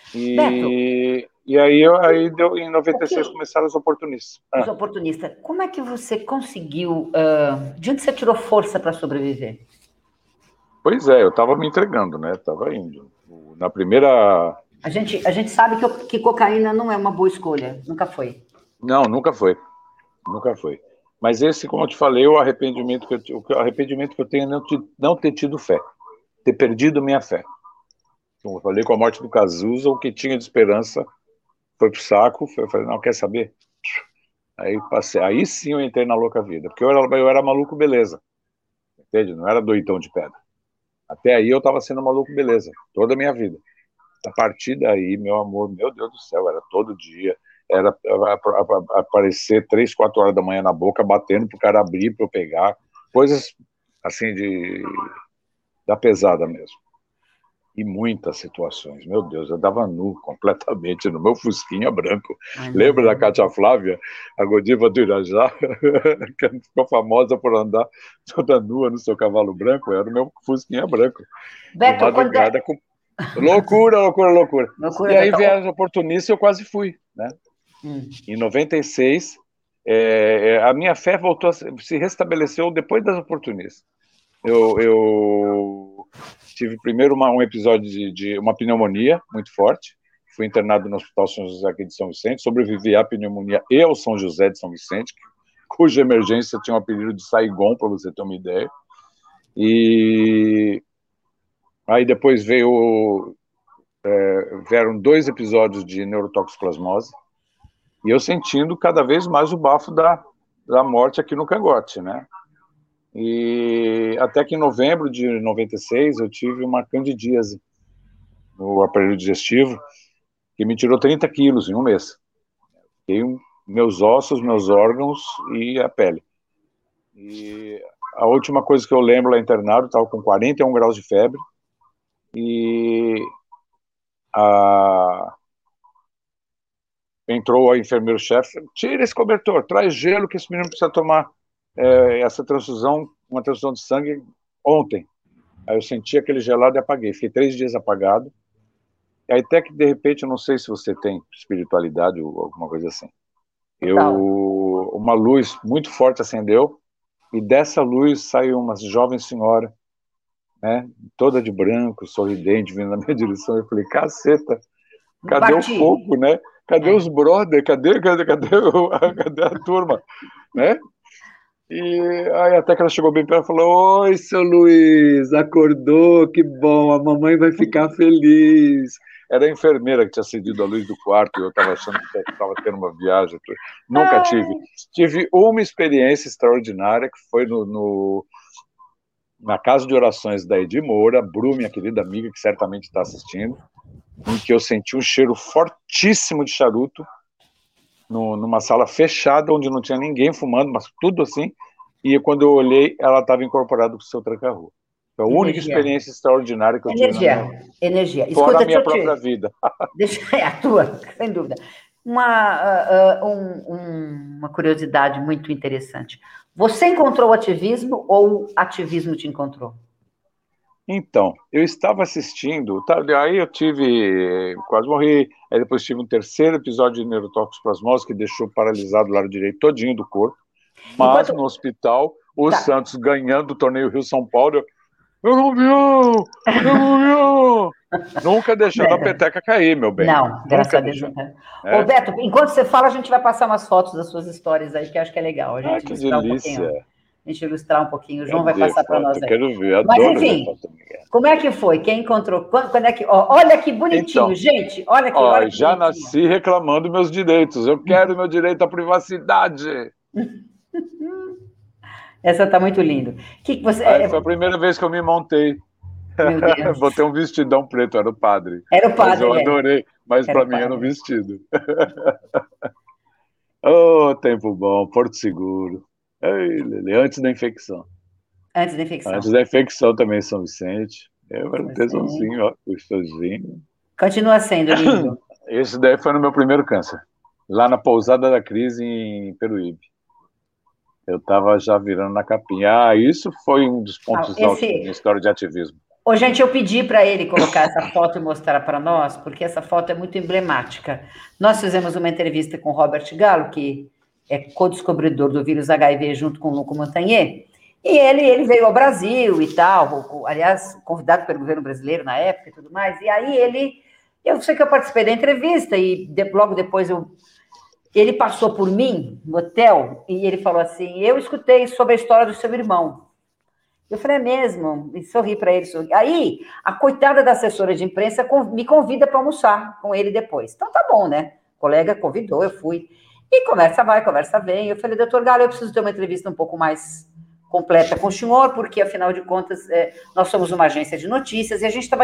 E aí deu, em 96 começaram os oportunistas. Os oportunistas. Como é que você conseguiu... de onde você tirou força para sobreviver? Pois é, eu estava me entregando, né? Estava indo. Na primeira... A gente sabe que cocaína não é uma boa escolha. Nunca foi. Não, nunca foi. Nunca foi. Mas esse, como eu te falei, o arrependimento que eu tenho é não ter tido fé. Ter perdido minha fé. Como eu falei, com a morte do Cazuza, o que tinha de esperança foi pro saco. Eu falei, não, quer saber? Aí sim eu entrei na louca vida. Porque eu era maluco, beleza. Entende? Não era doidão de pedra. Até aí eu estava sendo maluco, beleza. Toda a minha vida. A partir daí, meu amor, meu Deus do céu, era todo dia. Era aparecer 3, 4 horas da manhã na boca, batendo pro cara abrir para eu pegar. Coisas assim da pesada mesmo. E muitas situações, meu Deus, eu dava nu completamente no meu fusquinha branco. Lembra da Cátia Flávia, a Godiva do Irajá, que ficou famosa por andar toda nua no seu cavalo branco? Era o meu fusquinha branco. Beto, de madrugada, com... Loucura. E aí vieram as oportunistas e eu quase fui. Né? Em 96, a minha fé voltou se restabeleceu depois das oportunistas. Eu tive primeiro um episódio de uma pneumonia muito forte. Fui internado no Hospital São José aqui de São Vicente. Sobrevivi à pneumonia e ao São José de São Vicente, cuja emergência tinha um apelido de Saigon, para você ter uma ideia. E aí depois vieram 2 episódios de neurotoxoplasmose. E eu sentindo cada vez mais o bafo da morte aqui no cangote, né? E até que em novembro de 96 eu tive uma candidíase no aparelho digestivo que me tirou 30 quilos em um mês. Fiquei meus ossos, meus órgãos e a pele. E a última coisa que eu lembro lá internado, estava com 41 graus de febre e entrou a enfermeiro-chefe, tira esse cobertor, traz gelo que esse menino precisa tomar essa transfusão, uma transfusão de sangue ontem. Aí eu senti aquele gelado e apaguei. Fiquei 3 dias apagado. E aí até que, de repente, eu não sei se você tem espiritualidade ou alguma coisa assim. Uma luz muito forte acendeu e dessa luz saiu uma jovem senhora, né, toda de branco, sorridente, vindo na minha direção. Eu falei, caceta, cadê o fogo, né? Cadê os brother? Cadê a turma? Né? E aí até que ela chegou bem perto e falou, oi, seu Luiz, acordou, que bom, a mamãe vai ficar feliz. Era a enfermeira que tinha acendido a luz do quarto e eu estava achando que estava tendo uma viagem. Nunca tive. Tive uma experiência extraordinária que foi na casa de orações da Edi Moura, Bru, minha querida amiga, que certamente está assistindo, em que eu senti um cheiro fortíssimo de charuto, numa sala fechada, onde não tinha ninguém fumando, mas tudo assim, e quando eu olhei, ela estava incorporada com o seu tranca-rua. Foi a única experiência extraordinária que eu tive na minha vida. Energia. Fora a minha própria vida. A tua, sem dúvida. Uma curiosidade muito interessante. Você encontrou o ativismo ou o ativismo te encontrou? Então, eu estava assistindo, aí eu quase morri, aí depois tive um terceiro episódio de neurotoxoplasmose que deixou paralisado o lado direito todinho do corpo, mas Enquanto. no hospital, o Tá. Santos ganhando o torneio Rio-São Paulo, eu campeão, eu campeão, nunca deixando a É, peteca cair, meu bem, não, graças nunca a Deus não deixando, tá. Ô, né? Beto, enquanto você fala, a gente vai passar umas fotos das suas histórias aí, que eu acho que é legal, a Ah, gente que ilustrar um delícia, pouquinho. A gente ilustrar um pouquinho. O João vai cadê passar para foto? nós Eu aí. quero ver, Mas, adoro ver enfim, foto minha. como é que foi? Quem encontrou? Quando é que. Ó, olha que bonitinho, Então, gente. Olha ó, que já bonitinho. nasci reclamando meus direitos. Eu quero meu direito à privacidade. Essa tá muito lindo. Que você. Aí foi a primeira vez que eu me montei. Meu Botei Deus. um vestidão preto, era o padre. Era o Mas eu padre, adorei. Mas era para o mim era um padre. vestido. Oh, tempo bom, Porto Seguro. Ei, Lele, antes da infecção. Antes da infecção. Antes da infecção também São Vicente. Eu era um Assim. tesãozinho, ó, gostosinho. Continua sendo lindo. Esse daí foi no meu primeiro câncer. Lá na pousada da crise em Peruíbe. Eu estava já virando na capinha. Ah, isso foi um dos Não, pontos altos da minha história de ativismo. Ô, gente, eu pedi para ele colocar essa foto e mostrar para nós, porque essa foto é muito emblemática. Nós fizemos uma entrevista com o Robert Gallo, que é co-descobridor do vírus HIV junto com o Luco Montagnier, e ele veio ao Brasil e tal, aliás, convidado pelo governo brasileiro na época e tudo mais, e aí eu sei que eu participei da entrevista e logo depois ele passou por mim no hotel e ele falou assim, eu escutei sobre a história do seu irmão. Eu falei, é mesmo? E sorri para ele. Sorri. Aí, a coitada da assessora de imprensa me convida para almoçar com ele depois. Então, tá bom, né? O colega convidou, eu fui. E conversa vai, conversa vem. Eu falei, doutor Galo, eu preciso ter uma entrevista um pouco mais completa com o senhor, porque, afinal de contas, nós somos uma agência de notícias e a gente estava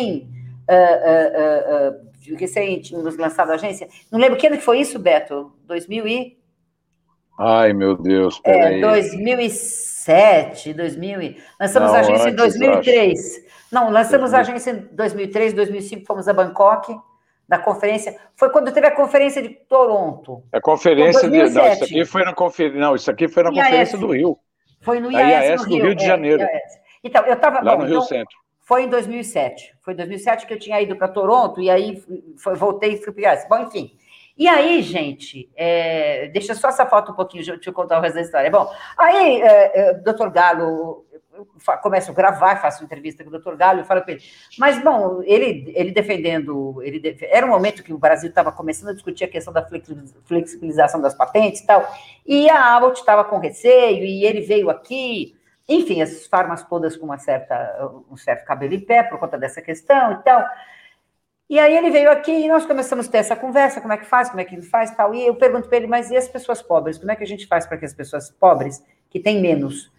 recém tínhamos lançado a agência. Não lembro que ano que foi isso, Beto? 2000 e... Ai, meu Deus, peraí. 2007, 2000. Lançamos a Não, agência em antes, acho. 2003. Não, lançamos a 2000. agência em 2003, 2005, fomos a Bangkok, da conferência. Foi quando teve a conferência de Toronto. A Foi conferência de. Não, isso aqui 2007. foi na conferência. Não, isso aqui foi na conferência IAS. do Rio. Foi no Na IAS no IAS do Rio. Rio de Janeiro, IAS. Então, eu estava. lá Bom, no Rio então, Centro. foi em 2007. Foi em 2007 que eu tinha ido para Toronto, e aí voltei e fui para o IAS. Bom, enfim. E aí, gente, deixa só essa foto um pouquinho, deixa eu contar o resto da história. Bom, aí, doutor Galo, eu começo a gravar, faço entrevista com o doutor Galo, e falo para ele, mas, bom, ele defendendo, era um momento que o Brasil estava começando a discutir a questão da flexibilização das patentes e tal, e a Abbott estava com receio, e ele veio aqui, enfim, as farmas todas com um certo cabelo em pé, por conta dessa questão e tal. E aí ele veio aqui e nós começamos a ter essa conversa, como é que faz, como é que não faz, tal. E eu pergunto para ele, mas e as pessoas pobres? Como é que a gente faz para que as pessoas pobres, que têm menos,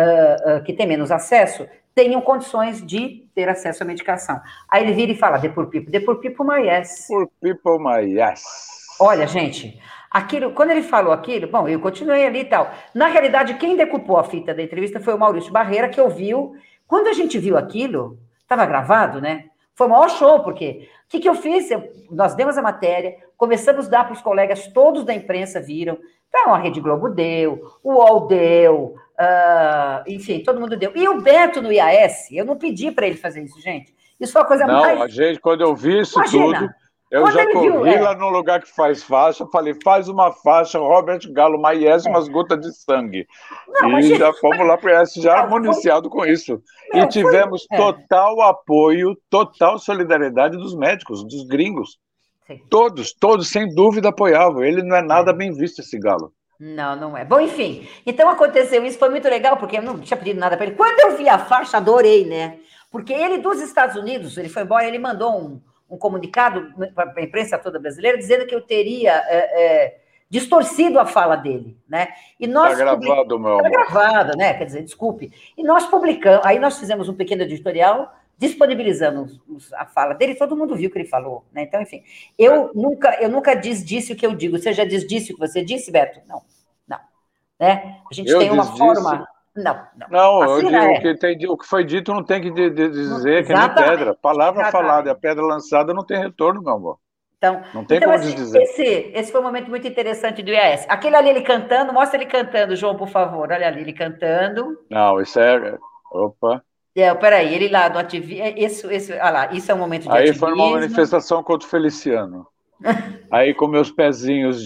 acesso, tenham condições de ter acesso à medicação? Aí ele vira e fala, the poor people, my yes. Poor people, my yes. Olha, gente, quando ele falou aquilo, bom, eu continuei ali e tal. Na realidade, quem decupou a fita da entrevista foi o Maurício Barreira, que ouviu. Quando a gente viu aquilo, estava gravado, né? Foi o maior show, porque o que eu fiz? Nós demos a matéria, começamos a dar para os colegas, todos da imprensa viram. Então, a Rede Globo deu, o UOL deu, enfim, todo mundo deu. E o Beto no IAS, eu não pedi para ele fazer isso, gente. Isso foi a coisa Não, mais... a gente, quando eu vi isso Imagina, tudo, eu quando já ele viu... corri lá no lugar que faz faixa, falei, faz uma faixa, Robert Galo, my yes, umas gotas de sangue. Não, E imagina... já fomos lá para o IAS, já Não, municiado com isso. E meu, tivemos total apoio, total solidariedade dos médicos, dos gringos. Sim. Todos, sem dúvida, apoiavam. Ele não é nada bem visto, esse Galo. Não, não é. Bom, enfim, então aconteceu isso, foi muito legal, porque eu não tinha pedido nada para ele. Quando eu vi a faixa, adorei, né? Porque ele, dos Estados Unidos, ele foi embora, ele mandou um comunicado para a imprensa toda brasileira, dizendo que eu teria distorcido a fala dele, né? E nós Está gravado, meu amor. Está gravada, né? Quer dizer, desculpe. E nós publicamos, aí nós fizemos um pequeno editorial, disponibilizando a fala dele, todo mundo viu o que ele falou, né? Então, enfim, eu nunca disse o que eu digo. Você já disse o que você disse, Beto? Não. Né? A gente tem uma forma... Não, assim, o que foi dito não tem que dizer, que é nem exatamente, pedra. Palavra exatamente. falada e a pedra lançada não tem retorno, meu amor. Então, não tem como dizer. Esse foi um momento muito interessante do IAS. Aquele ali, ele cantando, mostra ele cantando, João, por favor. Olha ali, ele cantando. Não, isso é... Opa. Peraí, ele lá do ativismo. Olha lá, isso é um momento de Aí foi numa ativismo. manifestação contra o Feliciano. Aí com meus pezinhos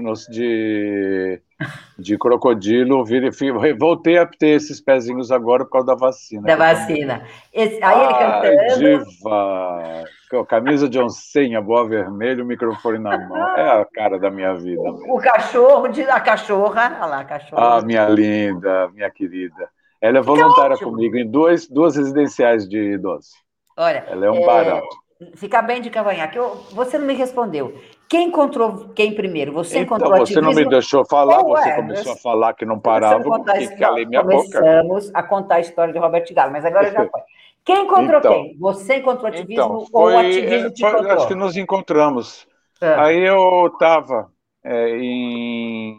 de crocodilo, voltei a ter esses pezinhos agora por causa da vacina Da que eu tomei. vacina. Aí ele Ai, cantando. diva! Camisa de oncinha, boa vermelho, microfone na mão. É a cara da minha vida O mesmo. cachorro, a cachorra. Olha lá, a Ah, cachorra. minha linda, minha querida. Ela é Fica voluntária ótimo. comigo em duas residenciais de idosos. Olha, Ela é um barato. fica bem de cavanhaque. Você não me respondeu. Quem encontrou quem primeiro? Você Então, encontrou você não me ativismo? deixou falar, Ou você é? começou a falar que não Começamos a parava, eu contar, fiquei calei minha boca. começamos a contar a história de Robert Galo, mas agora já foi. Quem encontrou Então, quem? Você encontrou então ativismo ou o ativismo te acho que encontrou? nos encontramos. Ah, Aí eu estava em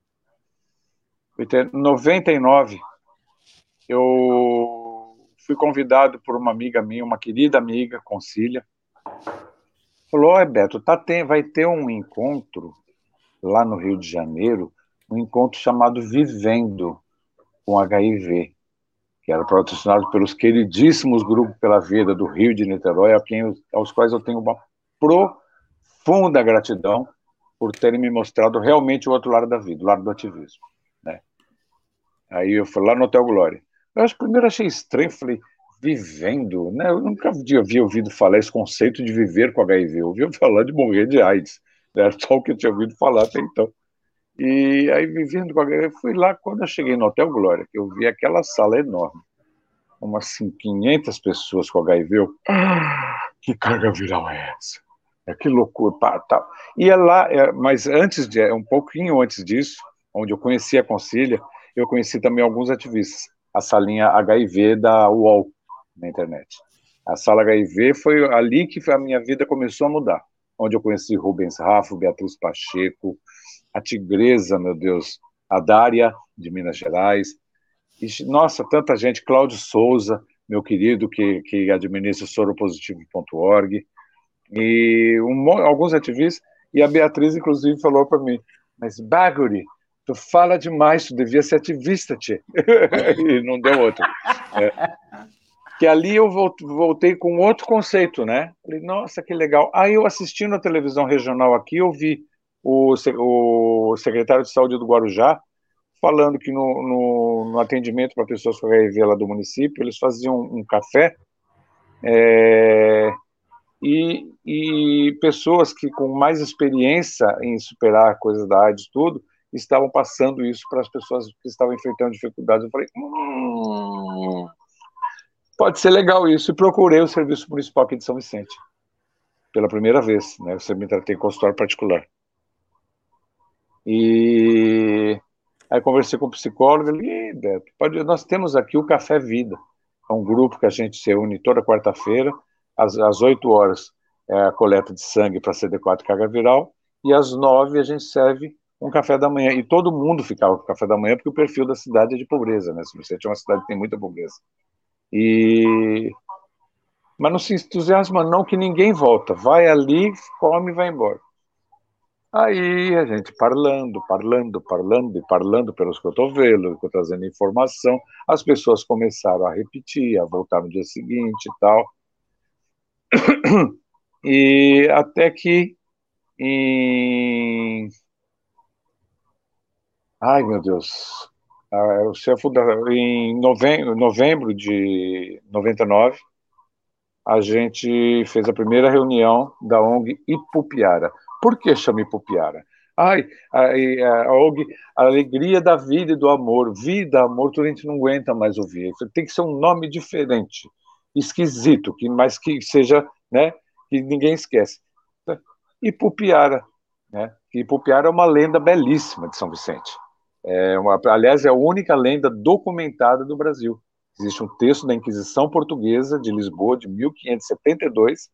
99, eu fui convidado por uma amiga minha, uma querida amiga, Concília, falou: "Oi, Beto, vai ter um encontro lá no Rio de Janeiro, um encontro chamado Vivendo com HIV, que era patrocinado pelos queridíssimos Grupos pela Vida do Rio de Niterói, aos quais eu tenho uma profunda gratidão por terem me mostrado realmente o outro lado da vida, o lado do ativismo, né? Aí eu fui lá no Hotel Glória. Primeiro achei estranho, falei, vivendo, né? Eu nunca havia ouvido falar esse conceito de viver com HIV. Eu ouvi falar de morrer de AIDS, né? Era só o que eu tinha ouvido falar até então. E aí, vivendo com HIV, eu fui lá, quando eu cheguei no Hotel Glória, que eu vi aquela sala enorme, umas 500 pessoas com HIV, que carga viral é essa? Que loucura, pá, tal. E é lá, mas um pouquinho antes disso, onde eu conheci a Concília, eu conheci também alguns ativistas, a salinha HIV da UOL na internet. A sala HIV foi ali que a minha vida começou a mudar, onde eu conheci Rubens Raffo, Beatriz Pacheco, a Tigresa, meu Deus, a Dária, de Minas Gerais, e, nossa, tanta gente, Cláudio Souza, meu querido, que administra o soropositivo.org, e alguns ativistas, e a Beatriz, inclusive, falou para mim, mas, Baguri, tu fala demais, tu devia ser ativista, tchê. E não deu outra. Que ali eu voltei com outro conceito, né? Falei, nossa, que legal. Aí eu assistindo a televisão regional aqui, eu vi o secretário de saúde do Guarujá falando que no atendimento para pessoas com HIV lá do município, eles faziam um café, e pessoas que com mais experiência em superar coisas da AIDS tudo, estavam passando isso para as pessoas que estavam enfrentando dificuldades. Eu falei, pode ser legal isso, e procurei o Serviço Municipal aqui de São Vicente, pela primeira vez, né? Eu me tratei em consultório particular. E aí conversei com o psicólogo, ele, Beto, nós temos aqui o Café Vida, é um grupo que a gente se reúne toda quarta-feira, às 8 horas é a coleta de sangue para CD4 carga viral, e às 9 a gente serve um café da manhã, e todo mundo ficava com o café da manhã, porque o perfil da cidade é de pobreza, né? São Vicente é uma cidade que tem muita pobreza. Mas não se entusiasma não, que ninguém volta, vai ali, come e vai embora. Aí a gente parlando pelos cotovelos, trazendo informação, as pessoas começaram a repetir, a voltar no dia seguinte e tal. E até que em... Ai, meu Deus. Em novembro de 99, a gente fez a primeira reunião da ONG Ipupiara. Por que chama Ipupiara? Ai, a ONG, a alegria da vida e do amor. Vida, amor, tudo a gente não aguenta mais ouvir. Tem que ser um nome diferente, esquisito, mas que seja, né, que ninguém esquece. Ipupiara, né? Ipupiara é uma lenda belíssima de São Vicente. Aliás, é a única lenda documentada do Brasil. Existe um texto da Inquisição Portuguesa de Lisboa, de 1572,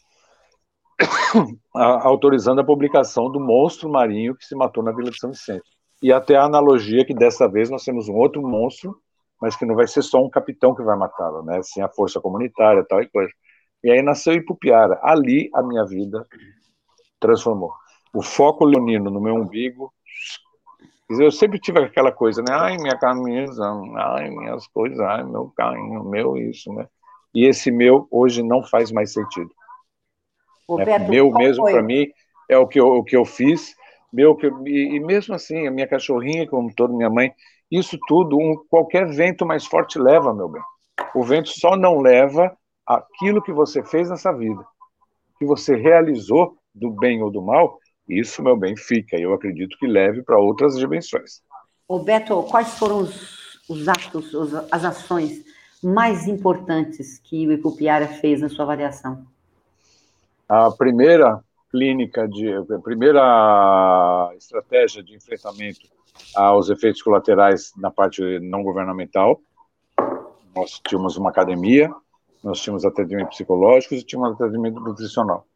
autorizando a publicação do monstro marinho que se matou na Vila de São Vicente. E até a analogia que dessa vez nós temos um outro monstro, mas que não vai ser só um capitão que vai matá-lo, né? Sim, a força comunitária, tal e coisa. E aí nasceu Ipupiara. Ali a minha vida transformou. O foco leonino no meu umbigo Quer dizer, eu sempre tive aquela coisa, né? Ai, minha camisa, ai, minhas coisas, ai, meu carrinho, meu isso, né? E esse meu hoje não faz mais sentido. Né? Roberto, Meu qual mesmo, para foi? mim, é o que eu fiz, meu, e mesmo assim, a minha cachorrinha, como toda minha mãe, isso tudo, qualquer vento mais forte leva, meu bem. O vento só não leva aquilo que você fez nessa vida, que você realizou, do bem ou do mal, isso, meu bem, fica. E eu acredito que leve para outras dimensões. Roberto, quais foram os atos, as ações mais importantes que o Ipupiara fez na sua avaliação? A primeira a primeira estratégia de enfrentamento aos efeitos colaterais na parte não governamental, nós tínhamos uma academia, nós tínhamos atendimento psicológico e tínhamos atendimento nutricional.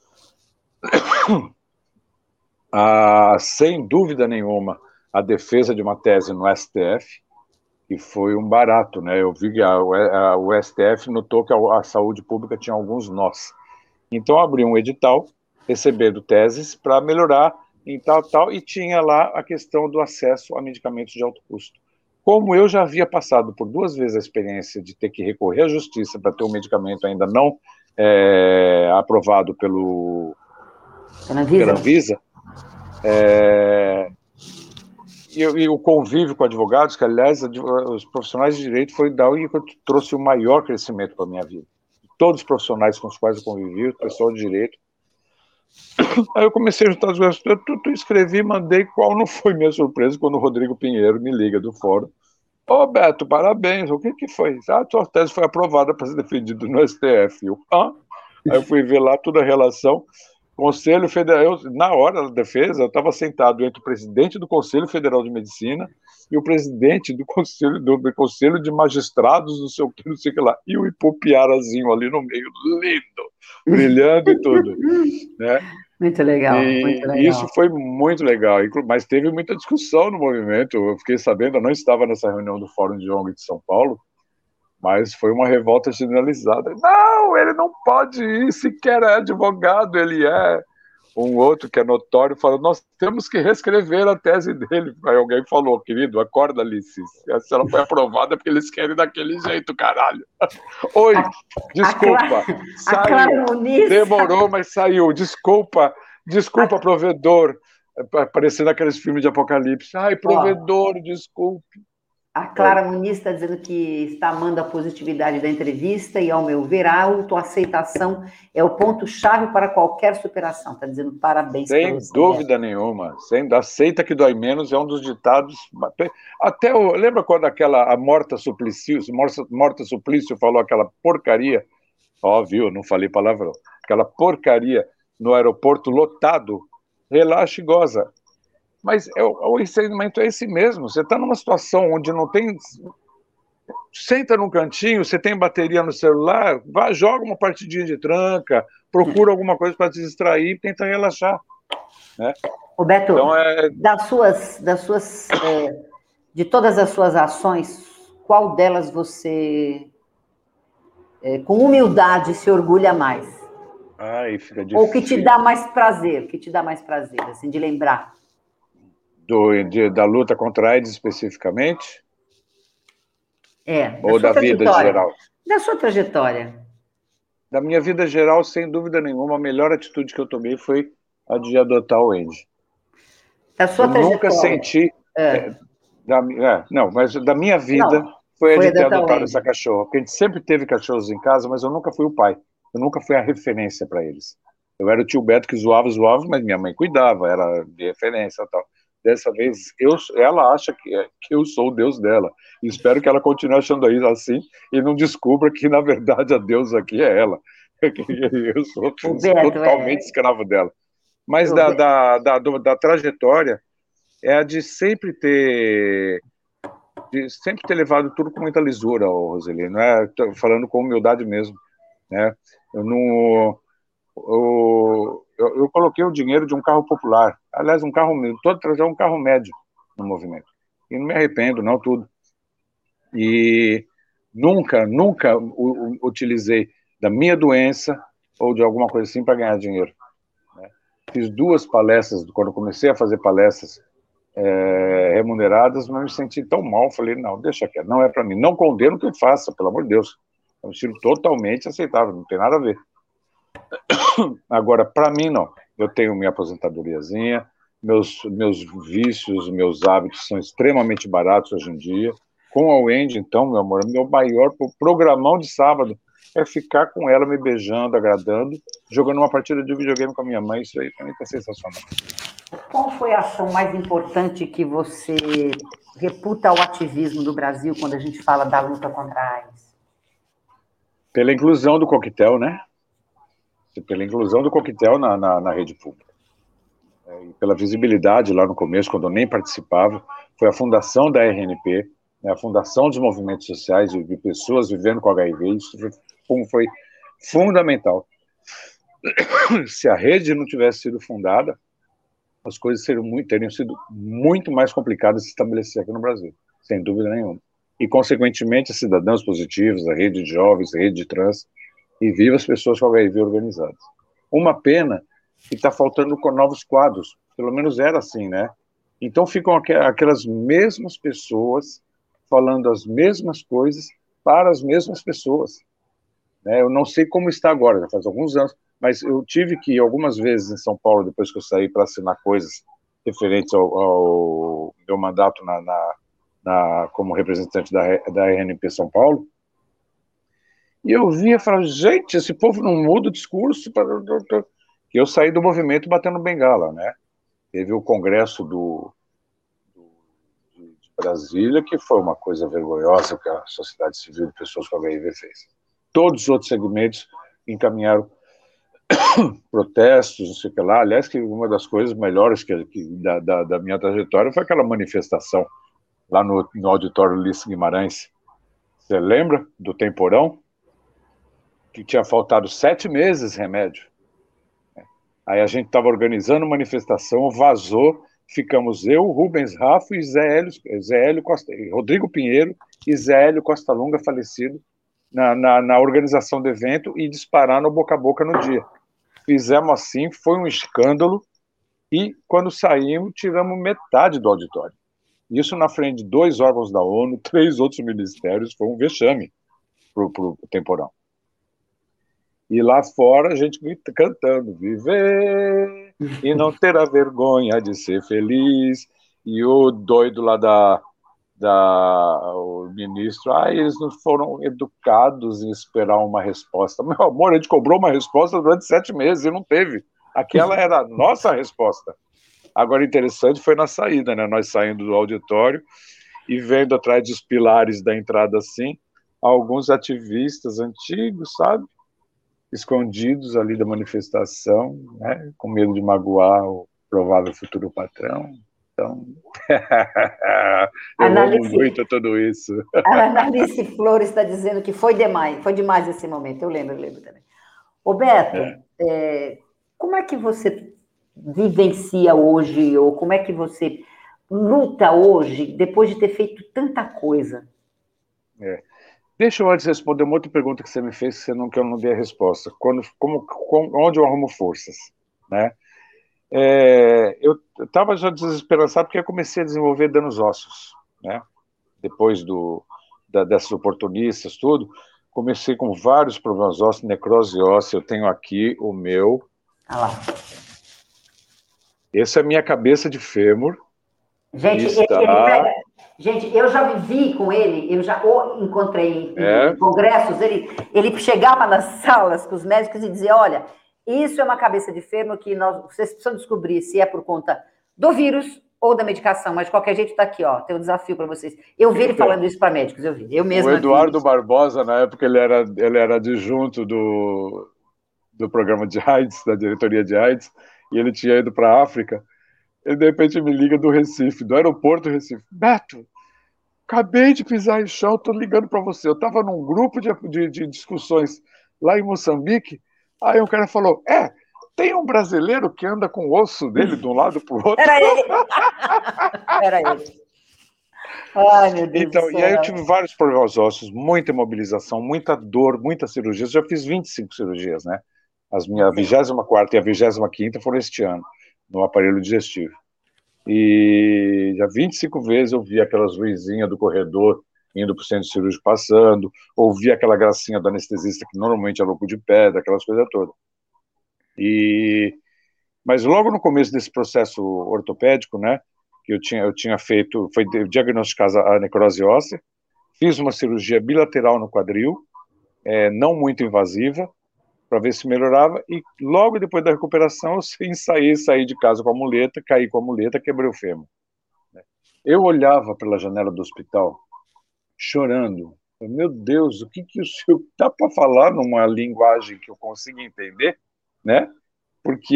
Sem dúvida nenhuma, a defesa de uma tese no STF, que foi um barato, né? Eu vi que o STF notou que a saúde pública tinha alguns nós. Então, abriu um edital, recebendo teses para melhorar em tal, e tinha lá a questão do acesso a medicamentos de alto custo. Como eu já havia passado por 2 vezes a experiência de ter que recorrer à justiça para ter um medicamento ainda não aprovado Anvisa? pela Anvisa, e o convívio com advogados, que, aliás, os profissionais de direito foi daí que trouxe o maior crescimento para a minha vida. Todos os profissionais com os quais eu convivi, o pessoal de direito. Aí eu comecei a juntar as coisas, tu escrevi, mandei, qual não foi minha surpresa quando o Rodrigo Pinheiro me liga do fórum. Ô, Beto, parabéns, o que foi? A tua tese foi aprovada para ser defendida no STF. Aí eu fui ver lá toda a relação. Conselho Federal, na hora da defesa, eu estava sentado entre o presidente do Conselho Federal de Medicina e o presidente do Conselho de Magistrados, não sei o que lá, e o Ipupiarazinho ali no meio, lindo, brilhando e tudo, né? Muito legal, muito E isso legal. foi muito legal, mas teve muita discussão no movimento. Eu fiquei sabendo, eu não estava nessa reunião do Fórum de ONG de São Paulo, mas foi uma revolta generalizada. Não, ele não pode ir, sequer é advogado, ele é. Um outro que é notório falou, nós temos que reescrever a tese dele. Aí alguém falou, querido, acorda, Alice, se ela foi aprovada é porque eles querem daquele jeito, caralho. Oi, A, desculpa, a Clara saiu, Muniz, demorou, mas saiu, desculpa, a, provedor, parecendo aqueles filmes de apocalipse, ai, ó, provedor, desculpe. a Oi. Clara Muniz está dizendo que está amando a positividade da entrevista e, ao meu ver, a autoaceitação é o ponto-chave para qualquer superação. Está dizendo parabéns para Sem você, Beto. dúvida nenhuma. Aceita que dói menos é um dos ditados. Lembra quando a Morta Suplício falou aquela porcaria? Ó, viu? Não falei palavrão. Aquela porcaria no aeroporto lotado. Relaxa e goza. Mas o ensinamento é esse mesmo. Você está numa situação onde não tem. Senta num cantinho, você tem bateria no celular, joga uma partidinha de tranca, procura alguma coisa para te distrair e tenta relaxar. Né? Roberto, Então, de todas as suas ações, qual delas você, com humildade, se orgulha mais? Ai, fica Ou que te difícil. dá mais prazer, assim, de lembrar? Da luta contra a AIDS especificamente? Da Ou sua da vida de trajetória. geral? Da sua trajetória. Da minha vida geral, sem dúvida nenhuma, a melhor atitude que eu tomei foi a de adotar o Andy. Da sua Eu nunca trajetória. senti. É. Não, mas da minha vida Não, foi a foi de a ter da adotado essa Wendy. cachorra. Porque a gente sempre teve cachorros em casa, mas eu nunca fui o pai. Eu nunca fui a referência para eles. Eu era o tio Beto que zoava, mas minha mãe cuidava, era de referência e tal. Dessa vez, ela acha que eu sou o Deus dela. E espero que ela continue achando isso assim e não descubra que, na verdade, a Deus aqui é ela. Eu sou O Beto, totalmente escravo dela. Mas o Beto, da trajetória é a de sempre ter levado tudo com muita lisura, Roseli, não é? Tô falando com humildade mesmo, né? Eu não, eu coloquei o dinheiro de um carro popular, aliás, um carro todo trazer um carro médio no movimento, e não me arrependo, não tudo. E nunca utilizei da minha doença ou de alguma coisa assim para ganhar dinheiro. Né? Fiz 2 palestras quando comecei a fazer palestras remuneradas, mas me senti tão mal, falei, não, deixa quieto, não é para mim, não condeno que faça, pelo amor de Deus, é um estilo totalmente aceitável, não tem nada a ver. Agora, para mim, não, eu tenho minha aposentadoriazinha, meus vícios, meus hábitos são extremamente baratos hoje em dia, com a Wendy, então, meu amor, meu maior programão de sábado é ficar com ela me beijando, agradando, jogando uma partida de videogame com a minha mãe, isso aí para mim tá sensacional. Qual foi a ação mais importante que você reputa o ativismo do Brasil quando a gente fala da luta contra a AIDS? Pela inclusão do coquetel, né? Pela inclusão do coquetel na rede pública. E pela visibilidade lá no começo, quando eu nem participava, foi a fundação da RNP, né, a fundação dos movimentos sociais de pessoas vivendo com HIV, isso foi fundamental. Se a rede não tivesse sido fundada, as coisas teriam sido muito mais complicadas de se estabelecer aqui no Brasil, sem dúvida nenhuma. E, consequentemente, a Cidadãos Positivos, a rede de jovens, a rede de trans, e viva as pessoas com HIV organizadas. Uma pena que está faltando novos quadros, pelo menos era assim, né? Então ficam aquelas mesmas pessoas falando as mesmas coisas para as mesmas pessoas. Né? Eu não sei como está agora, já faz alguns anos, mas eu tive que ir algumas vezes em São Paulo, depois que eu saí, para assinar coisas referentes ao meu mandato como representante da RNP São Paulo, e eu via e falava, gente, esse povo não muda o discurso. E eu saí do movimento batendo bengala, né? Teve o congresso de Brasília, que foi uma coisa vergonhosa que a sociedade civil de pessoas com HIV fez. Todos os outros segmentos encaminharam protestos, não sei o que lá. Aliás, que uma das coisas melhores da minha trajetória foi aquela manifestação lá no auditório Ulisses Guimarães. Você lembra do temporão? Que tinha faltado 7 meses remédio. Aí a gente estava organizando manifestação, vazou, ficamos eu, Rubens Raffo e Zé Hélio Costa, Rodrigo Pinheiro e Zé Hélio Costa Lunga, falecido, na organização do evento, e dispararam no boca a boca no dia. Fizemos assim, foi um escândalo, e quando saímos, tiramos metade do auditório. Isso na frente de 2 órgãos da ONU, 3 outros ministérios, foi um vexame para o temporão. E lá fora a gente cantando, viver e não ter a vergonha de ser feliz. E o doido lá o ministro, eles não foram educados em esperar uma resposta. Meu amor, a gente cobrou uma resposta durante 7 meses e não teve. Aquela era a nossa resposta. Agora, interessante foi na saída, né? Nós saindo do auditório e vendo atrás dos pilares da entrada assim, alguns ativistas antigos, sabe? Escondidos ali da manifestação, né, com medo de magoar o provável futuro patrão. Então, eu amo muito tudo isso. A Analice Flores está dizendo que foi demais esse momento, eu lembro também. Roberto, como é que você vivencia hoje, ou como é que você luta hoje, depois de ter feito tanta coisa? Deixa eu antes responder uma outra pergunta que você me fez, que eu não dei a resposta. Onde eu arrumo forças? Né? Eu estava já desesperançado porque eu comecei a desenvolver danos ósseos. Né? Depois dessas oportunistas, tudo, comecei com vários problemas ósseos, necrose óssea. Eu tenho aqui o meu. Ah lá. Essa é a minha cabeça de fêmur. Gente, eu já vivi com ele, eu já o encontrei em congressos, ele chegava nas salas com os médicos e dizia, olha, isso é uma cabeça de fêmur que vocês precisam descobrir se é por conta do vírus ou da medicação, mas de qualquer jeito está aqui, ó, tem um desafio para vocês. Eu vi ele falando isso para médicos, eu mesmo. O Eduardo Barbosa, na época, ele era adjunto do programa de AIDS, da diretoria de AIDS, e ele tinha ido para a África. Ele, de repente, me liga do Recife, do aeroporto do Recife. Beto, acabei de pisar em chão, estou ligando para você. Eu estava num grupo de discussões lá em Moçambique, aí um cara falou, tem um brasileiro que anda com o osso dele de um lado para o outro. Era ele. Era ele. Ai, meu Deus do céu. E aí eu tive vários problemas ósseos, muita imobilização, muita dor, muitas cirurgias. Já fiz 25 cirurgias, né? A 24ª e a 25ª foram este ano, no aparelho digestivo. e já 25 vezes eu vi aquelas luzinhas do corredor indo para o centro cirúrgico passando, ouvi aquela gracinha do anestesista que normalmente é louco de pedra, aquelas coisas todas. Mas logo no começo desse processo ortopédico, né, que eu tinha feito, foi diagnosticada a necrose óssea, fiz uma cirurgia bilateral no quadril, não muito invasiva, para ver se melhorava, e logo depois da recuperação eu ensaiei sair de casa com a muleta, caí com a muleta, quebrei o fêmur. Eu olhava pela janela do hospital, chorando. Meu Deus, o que o senhor dá para falar numa linguagem que eu consiga entender, né? Porque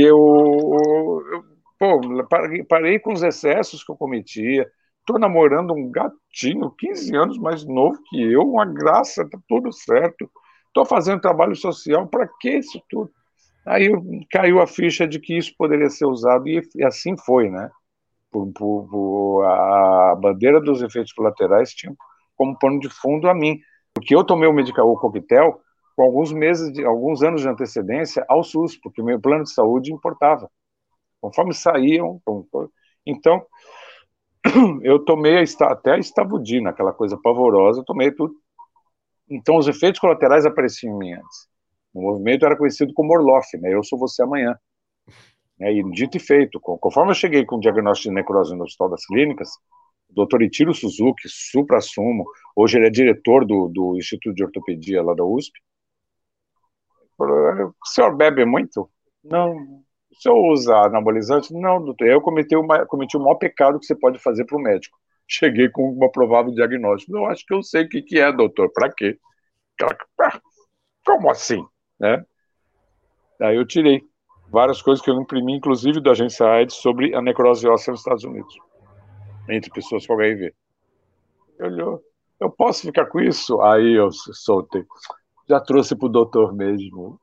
parei com os excessos que eu cometia, estou namorando um gatinho, 15 anos mais novo que eu, uma graça, tá tudo certo. Estou fazendo trabalho social, para que isso tudo? Aí caiu a ficha de que isso poderia ser usado, e assim foi, né? A bandeira dos efeitos colaterais tinha como pano de fundo a mim, porque eu tomei o coquetel com alguns anos de antecedência ao SUS, porque o meu plano de saúde importava. Conforme saíam, então eu tomei até a Estavudina, aquela coisa pavorosa, eu tomei tudo. Então os efeitos colaterais apareciam em mim antes. O movimento era conhecido como Orloff, né? Eu sou você amanhã. E dito e feito, conforme eu cheguei com o diagnóstico de necrose no Hospital das Clínicas, o Dr. Itiro Suzuki, supra-sumo, hoje ele é diretor do Instituto de Ortopedia lá da USP, falou: o senhor bebe muito? Não. O senhor usa anabolizante? Não, doutor. Eu cometi o maior pecado que você pode fazer para o médico. Cheguei com um provável diagnóstico. Eu acho que eu sei o que é, doutor. Para quê? Como assim? Né? Aí eu tirei várias coisas que eu imprimi, inclusive da agência AIDS, sobre a necrose óssea nos Estados Unidos, entre pessoas com HIV. Olhou, eu posso ficar com isso? Aí eu soltei. Já trouxe para o doutor mesmo.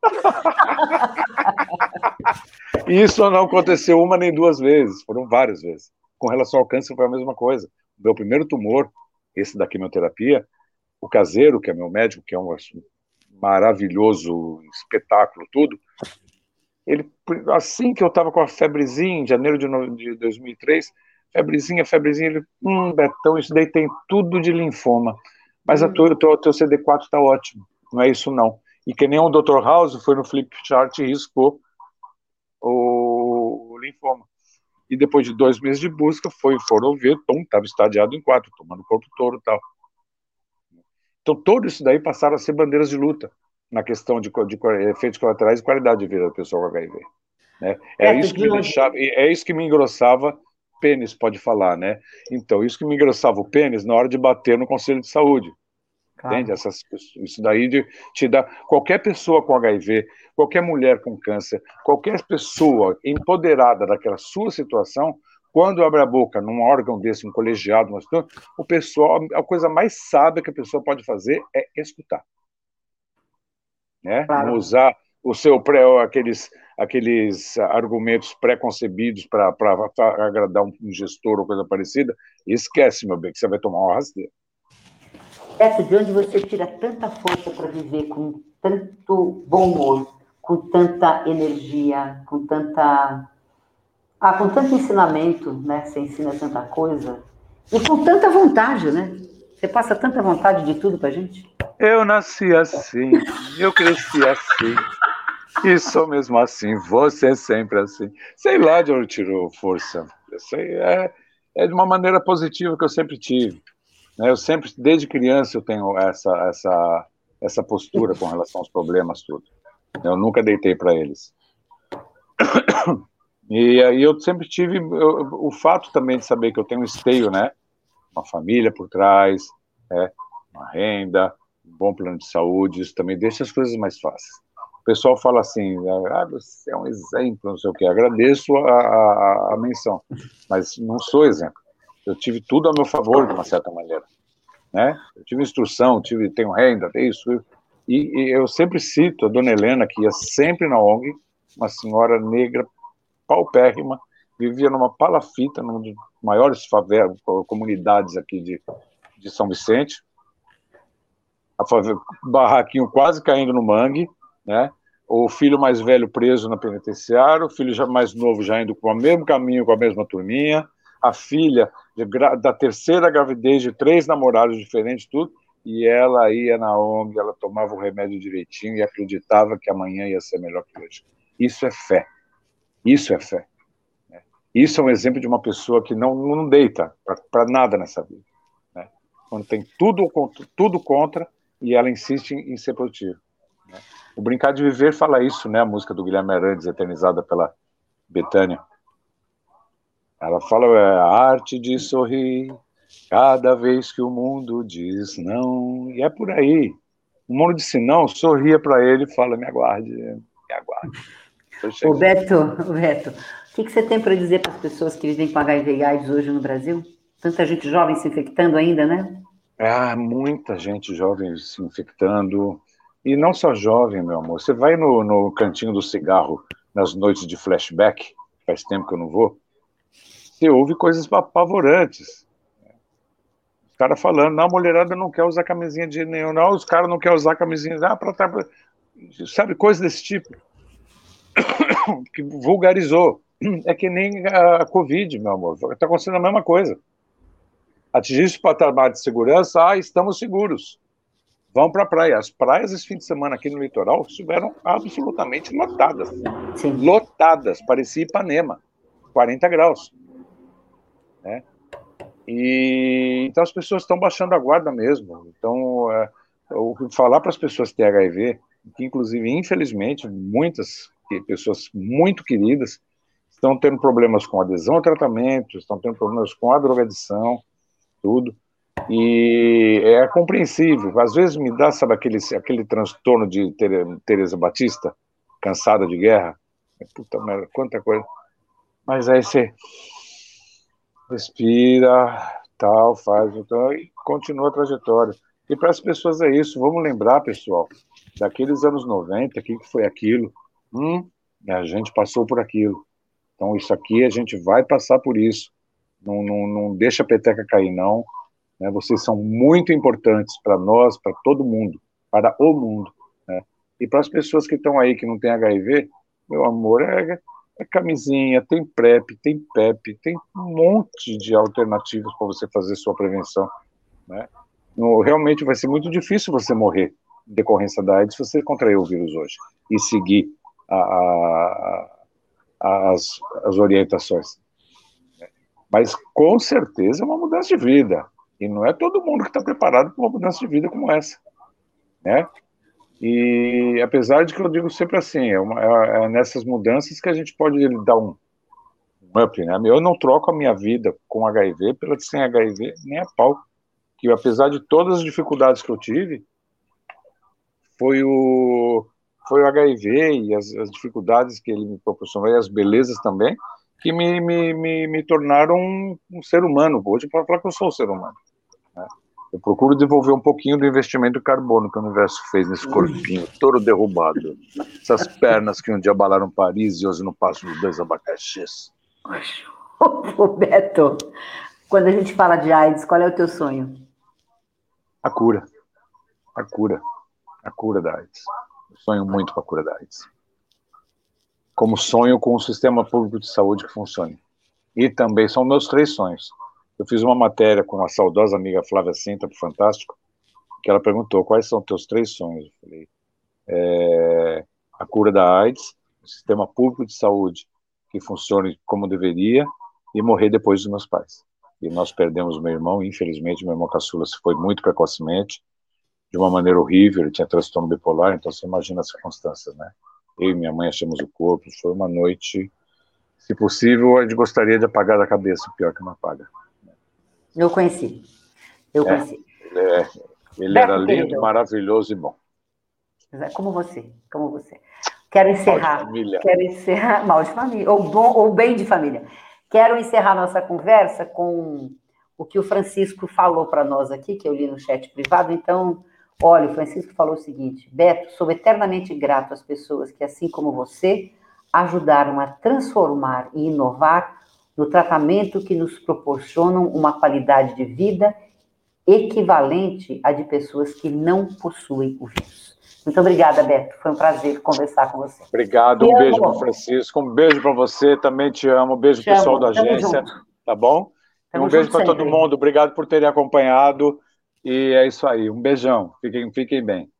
E isso não aconteceu uma nem duas vezes, foram várias vezes. Com relação ao câncer foi a mesma coisa. O meu primeiro tumor, esse da quimioterapia, o caseiro, que é meu médico, que é um maravilhoso espetáculo, tudo, ele, assim que eu estava com a febrezinha, em janeiro de 2003, febrezinha, ele, Betão, isso daí tem tudo de linfoma, mas o teu CD4 está ótimo, não é isso não. E que nem o Dr. House foi no flip chart e riscou o linfoma. E depois de 2 meses de busca, foram ver, estava estadiado em 4, tomando corpo todo e tal. Então, tudo isso daí passaram a ser bandeiras de luta na questão de efeitos colaterais e qualidade de vida da pessoa com HIV. Né? É isso que me engrossava pênis, pode falar, né? Então, isso que me engrossava o pênis na hora de bater no Conselho de Saúde. Claro. Entende? Isso daí de te dar. Qualquer pessoa com HIV, qualquer mulher com câncer, qualquer pessoa empoderada daquela sua situação, quando abre a boca num órgão desse, um colegiado, o pessoal, a coisa mais sábia que a pessoa pode fazer é escutar. Né? Claro. Não usar aqueles argumentos pré-concebidos para agradar um gestor ou coisa parecida. Esquece, meu bem, que você vai tomar uma rasteira. Beto, de onde você tira tanta força para viver com tanto bom humor, com tanta energia, com tanto ensinamento, né? Você ensina tanta coisa e com tanta vontade, né? Você passa tanta vontade de tudo pra gente. Eu nasci assim, eu cresci assim, e sou mesmo assim, você é sempre assim. Sei lá de onde tirou força. É de uma maneira positiva que eu sempre tive. Eu sempre, desde criança, eu tenho essa postura com relação aos problemas, tudo. Eu nunca deitei para eles. E aí eu sempre tive o fato também de saber que eu tenho um esteio, né? Uma família por trás, uma renda, um bom plano de saúde, isso também deixa as coisas mais fáceis. O pessoal fala assim, você é um exemplo, não sei o quê. Agradeço a menção, mas não sou exemplo. Eu tive tudo a meu favor, de uma certa maneira. Né? Eu tive instrução, tenho renda, isso. E eu sempre cito a dona Helena, que ia sempre na ONG, uma senhora negra, paupérrima, vivia numa palafita, numa das maiores favelas, comunidades aqui de São Vicente, barraquinho quase caindo no mangue, né? O filho mais velho preso na penitenciária, o filho mais novo já indo com o mesmo caminho, com a mesma turminha, a filha da terceira gravidez de 3 namorados diferentes, tudo, e ela ia na ONG, ela tomava o remédio direitinho e acreditava que amanhã ia ser melhor que hoje. Isso é fé. Isso é fé. Isso é um exemplo de uma pessoa que não deita para nada nessa vida. Né? Quando tem tudo contra e ela insiste em ser positiva. Né? O Brincar de Viver fala isso, né? A música do Guilherme Arantes, eternizada pela Bethânia. Ela fala a arte de sorrir cada vez que o mundo diz não. E é por aí. O mundo disse não, sorria para ele e fala, me aguarde, me aguarde. Ô Beto, o que você tem para dizer para as pessoas que vivem com HIV e AIDS hoje no Brasil? Tanta gente jovem se infectando ainda, né? Muita gente jovem se infectando. E não só jovem, meu amor. Você vai no cantinho do cigarro nas noites de flashback, faz tempo que eu não vou, você ouve coisas apavorantes. Os caras falando, não, a mulherada não quer usar camisinha de nenhum, não, os caras não querem usar camisinha, sabe, coisas desse tipo. Que vulgarizou. É que nem a Covid, meu amor. Está acontecendo a mesma coisa. Atingir o patamar de segurança, estamos seguros. Vão para a praia. As praias esse fim de semana aqui no litoral estiveram absolutamente lotadas. Sim. Lotadas, parecia Ipanema, 40 graus. Né? Então as pessoas estão baixando a guarda mesmo. Então, falar para as pessoas que têm HIV, que inclusive, infelizmente, muitas pessoas muito queridas estão tendo problemas com adesão ao tratamento, estão tendo problemas com a drogadição, tudo. E é compreensível. Às vezes me dá, sabe, aquele transtorno de Teresa Batista, cansada de guerra. Puta merda, quanta coisa. Mas aí você respira, tal, faz, então, e continua a trajetória. E para as pessoas é isso. Vamos lembrar, pessoal, daqueles anos 90, o que foi aquilo? A gente passou por aquilo. Então, isso aqui, a gente vai passar por isso. Não deixa a peteca cair, não. Né? Vocês são muito importantes para nós, para todo mundo, para o mundo. Né? E para as pessoas que estão aí, que não têm HIV, meu amor, é camisinha, tem PrEP, tem PEP, tem um monte de alternativas para você fazer sua prevenção. Né? Realmente vai ser muito difícil você morrer em decorrência da AIDS se você contrair o vírus hoje e seguir as orientações. Mas, com certeza, é uma mudança de vida. E não é todo mundo que está preparado para uma mudança de vida como essa. Né? E, apesar de que eu digo sempre assim, é nessas mudanças que a gente pode dar um up. Né? Eu não troco a minha vida com HIV pela de sem HIV nem a pau. Que, apesar de todas as dificuldades que eu tive, foi o HIV e as dificuldades que ele me proporcionou, e as belezas também, que me tornaram um ser humano. Hoje, para falar que eu sou um ser humano. Né? Eu procuro devolver um pouquinho do investimento de carbono que o universo fez nesse corpinho, todo derrubado. Essas pernas que um dia abalaram Paris e hoje no passo dos 2 abacaxis. Ô, Beto, quando a gente fala de AIDS, qual é o teu sonho? A cura. A cura da AIDS. Eu sonho muito com a cura da AIDS. Como sonho com um sistema público de saúde que funcione. E também são meus 3 sonhos. Eu fiz uma matéria com a saudosa amiga Flávia Sintra, do Fantástico, que ela perguntou quais são teus 3 sonhos. Eu falei, a cura da AIDS, um sistema público de saúde que funcione como deveria e morrer depois dos meus pais. E nós perdemos meu irmão, infelizmente, meu irmão caçula se foi muito precocemente, de uma maneira horrível, ele tinha transtorno bipolar, então você imagina as circunstâncias, né? Eu e minha mãe achamos o corpo, foi uma noite, se possível, a gente gostaria de apagar da cabeça, o pior que não apaga. Eu conheci. Ele era lindo, querido, maravilhoso e bom. Como você. Quero encerrar. Mal de família, ou bem de família. Quero encerrar nossa conversa com o que o Francisco falou para nós aqui, que eu li no chat privado. Então, olha, o Francisco falou o seguinte: Beto, sou eternamente grato às pessoas que, assim como você, ajudaram a transformar e inovar no tratamento que nos proporcionam uma qualidade de vida equivalente à de pessoas que não possuem o vírus. Muito obrigada, Beto. Foi um prazer conversar com você. Obrigado. Um beijo para o Francisco. Um beijo para você. Também te amo. Um beijo, pessoal da agência. tá bom? E Tamo um beijo junto para todo sempre. mundo. Obrigado por terem acompanhado. E é isso aí. Um beijão. Fiquem bem.